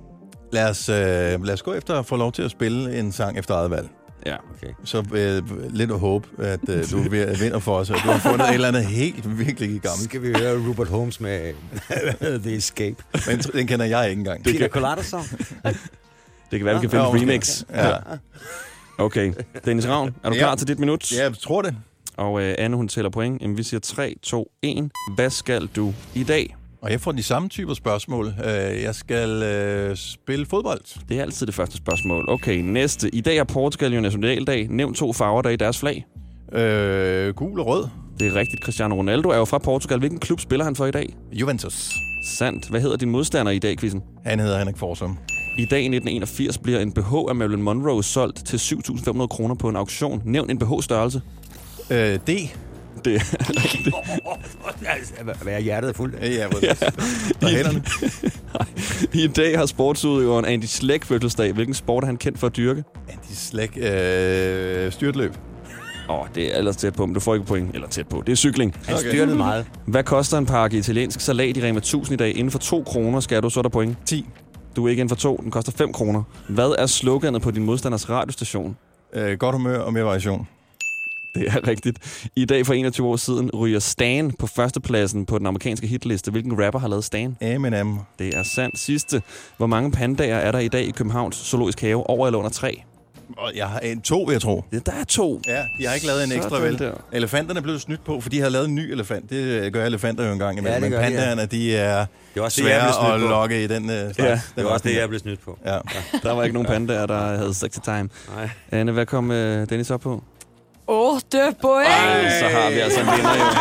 Lad os, øh, lad os gå efter at få lov til at spille en sang efter eget valg. Ja, okay. Så øh, lidt at håbe, at øh, du vinder for os, og du har fundet et eller andet helt virkelig gammelt. Skal vi høre Rupert Holmes med The Escape? Men den kender jeg ikke engang. Peter Colada Song. Det kan være, vi kan finde ja, en remix. Ja. Okay, Dennis Ravn, er du ja. klar til dit minut? Ja, jeg tror det. Og øh, Anne, hun tæller point. Jamen, vi siger tre, to, et. Hvad skal du i dag? Og jeg får de samme typer spørgsmål. Jeg skal øh, spille fodbold. Det er altid det første spørgsmål. Okay, næste. I dag er Portugal jo nationaldag. Nævn to farver, der er i deres flag. Øh, gul og rød. Det er rigtigt. Cristiano Ronaldo er jo fra Portugal. Hvilken klub spiller han for i dag? Juventus. Sandt. Hvad hedder din modstander i dag, quizzen? Han hedder Henrik Forsum. I dag i nitten enogfirs bliver en B H af Marilyn Monroe solgt til syv tusind fem hundrede kroner på en auktion. Nævn en B H-størrelse. Øh, D. Det er rigtigt. Hvad er hjertet fuldt af? Ja, ja. I, I dag har sportsudøveren Andy Schleck fødselsdag. Hvilken sport er han kendt for at dyrke? Andy Schleck, øh, styrtløb. Åh, oh, det er ellers tæt på, men du får ikke point. Eller tæt på. Det er cykling. Han okay. styrtede meget. Hvad koster en pakke italiensk salat i Rema tusind i dag? Inden for to kroner skal du, så er der point. ti. Du er ikke inden for to. Den koster fem kroner. Hvad er sloganet på din modstanders radiostation? Øh, godt humør og mere variation. Det er rigtigt. I dag for enogtyve år siden ryger Stan på førstepladsen på den amerikanske hitliste. Hvilken rapper har lavet Stan? Eminem. Det er sandt. Sidste. Hvor mange pandaer er der i dag i Københavns Zoologisk Have? Over eller under tre? Og jeg har en to, vil jeg tro. Ja, der er to. Ja, de har ikke lavet en Så ekstra, vel? Der. Elefanterne er blevet snydt på, for de har lavet en ny elefant. Det gør elefanter jo engang imellem. Ja, men pandaerne, de, de er svære at lokke i den uh, slags. Ja, det var også det, jeg blev snydt på. Ja. Ja. Der var ikke nogen pandaer, der havde sexy time. Nej. Anne, hvad kom uh, Dennis op på? otte point! Ej, så har vi altså en vinder jo.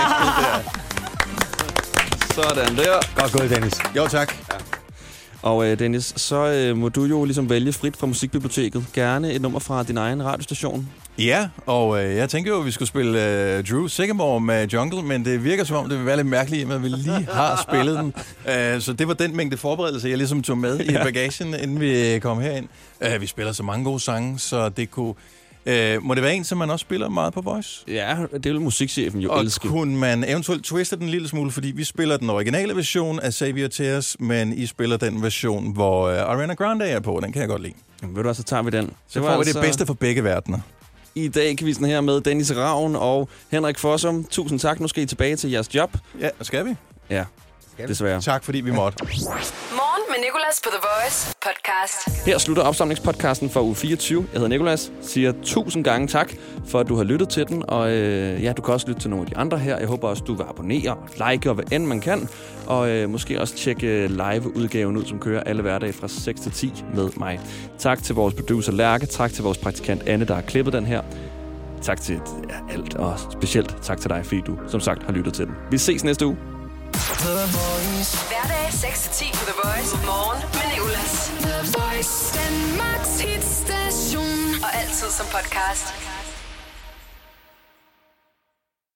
Sådan der. Godt gået, Dennis. Jo, tak. Ja. Og øh, Dennis, så øh, må du jo ligesom vælge frit fra Musikbiblioteket. Gerne et nummer fra din egen radiostation. Ja, og øh, jeg tænker jo, at vi skulle spille øh, Drew Sycamore med Jungle, men det virker som om, det vil være lidt mærkeligt, at vi lige har spillet den. Uh, så det var den mængde forberedelse, jeg ligesom tog med ja. i bagagen, inden vi kom herind. Uh, vi spiller så mange gode sange, så det kunne... Uh, må det være en, som man også spiller meget på Voice? Ja, det vil musikchefen jo og elske. Og kunne man eventuelt twiste den en lille smule, fordi vi spiller den originale version af Xavier Tears, men I spiller den version, hvor uh, Ariana Grande er på. Den kan jeg godt lide. Jamen, ved du hvad, så tager vi den. Så får vi altså det bedste for begge verdener. I dag quizzen her med Dennis Ravn og Henrik Fossum. Tusind tak. Nu skal I tilbage til jeres job. Ja, skal vi? Ja, desværre. Tak, fordi vi måtte. Morgen med Nicolas på The Voice podcast. Her slutter opsamlingspodcasten for uge fireogtyve. Jeg hedder Nicolas. Siger tusind gange tak for, at du har lyttet til den. Og øh, ja, du kan også lytte til nogle af de andre her. Jeg håber også, du vil abonnere, like og hvad end man kan. Og øh, måske også tjekke live-udgaven ud, som kører alle hverdage fra seks til ti med mig. Tak til vores producer Lærke. Tak til vores praktikant Anne, der har klippet den her. Tak til ja, alt, og specielt tak til dig, fordi du som sagt har lyttet til den. Vi ses næste uge. Hverdag seks til ti på The Voice. Morgen med Nicolas. The Voice. Danmarks hitstation. Og altid som podcast.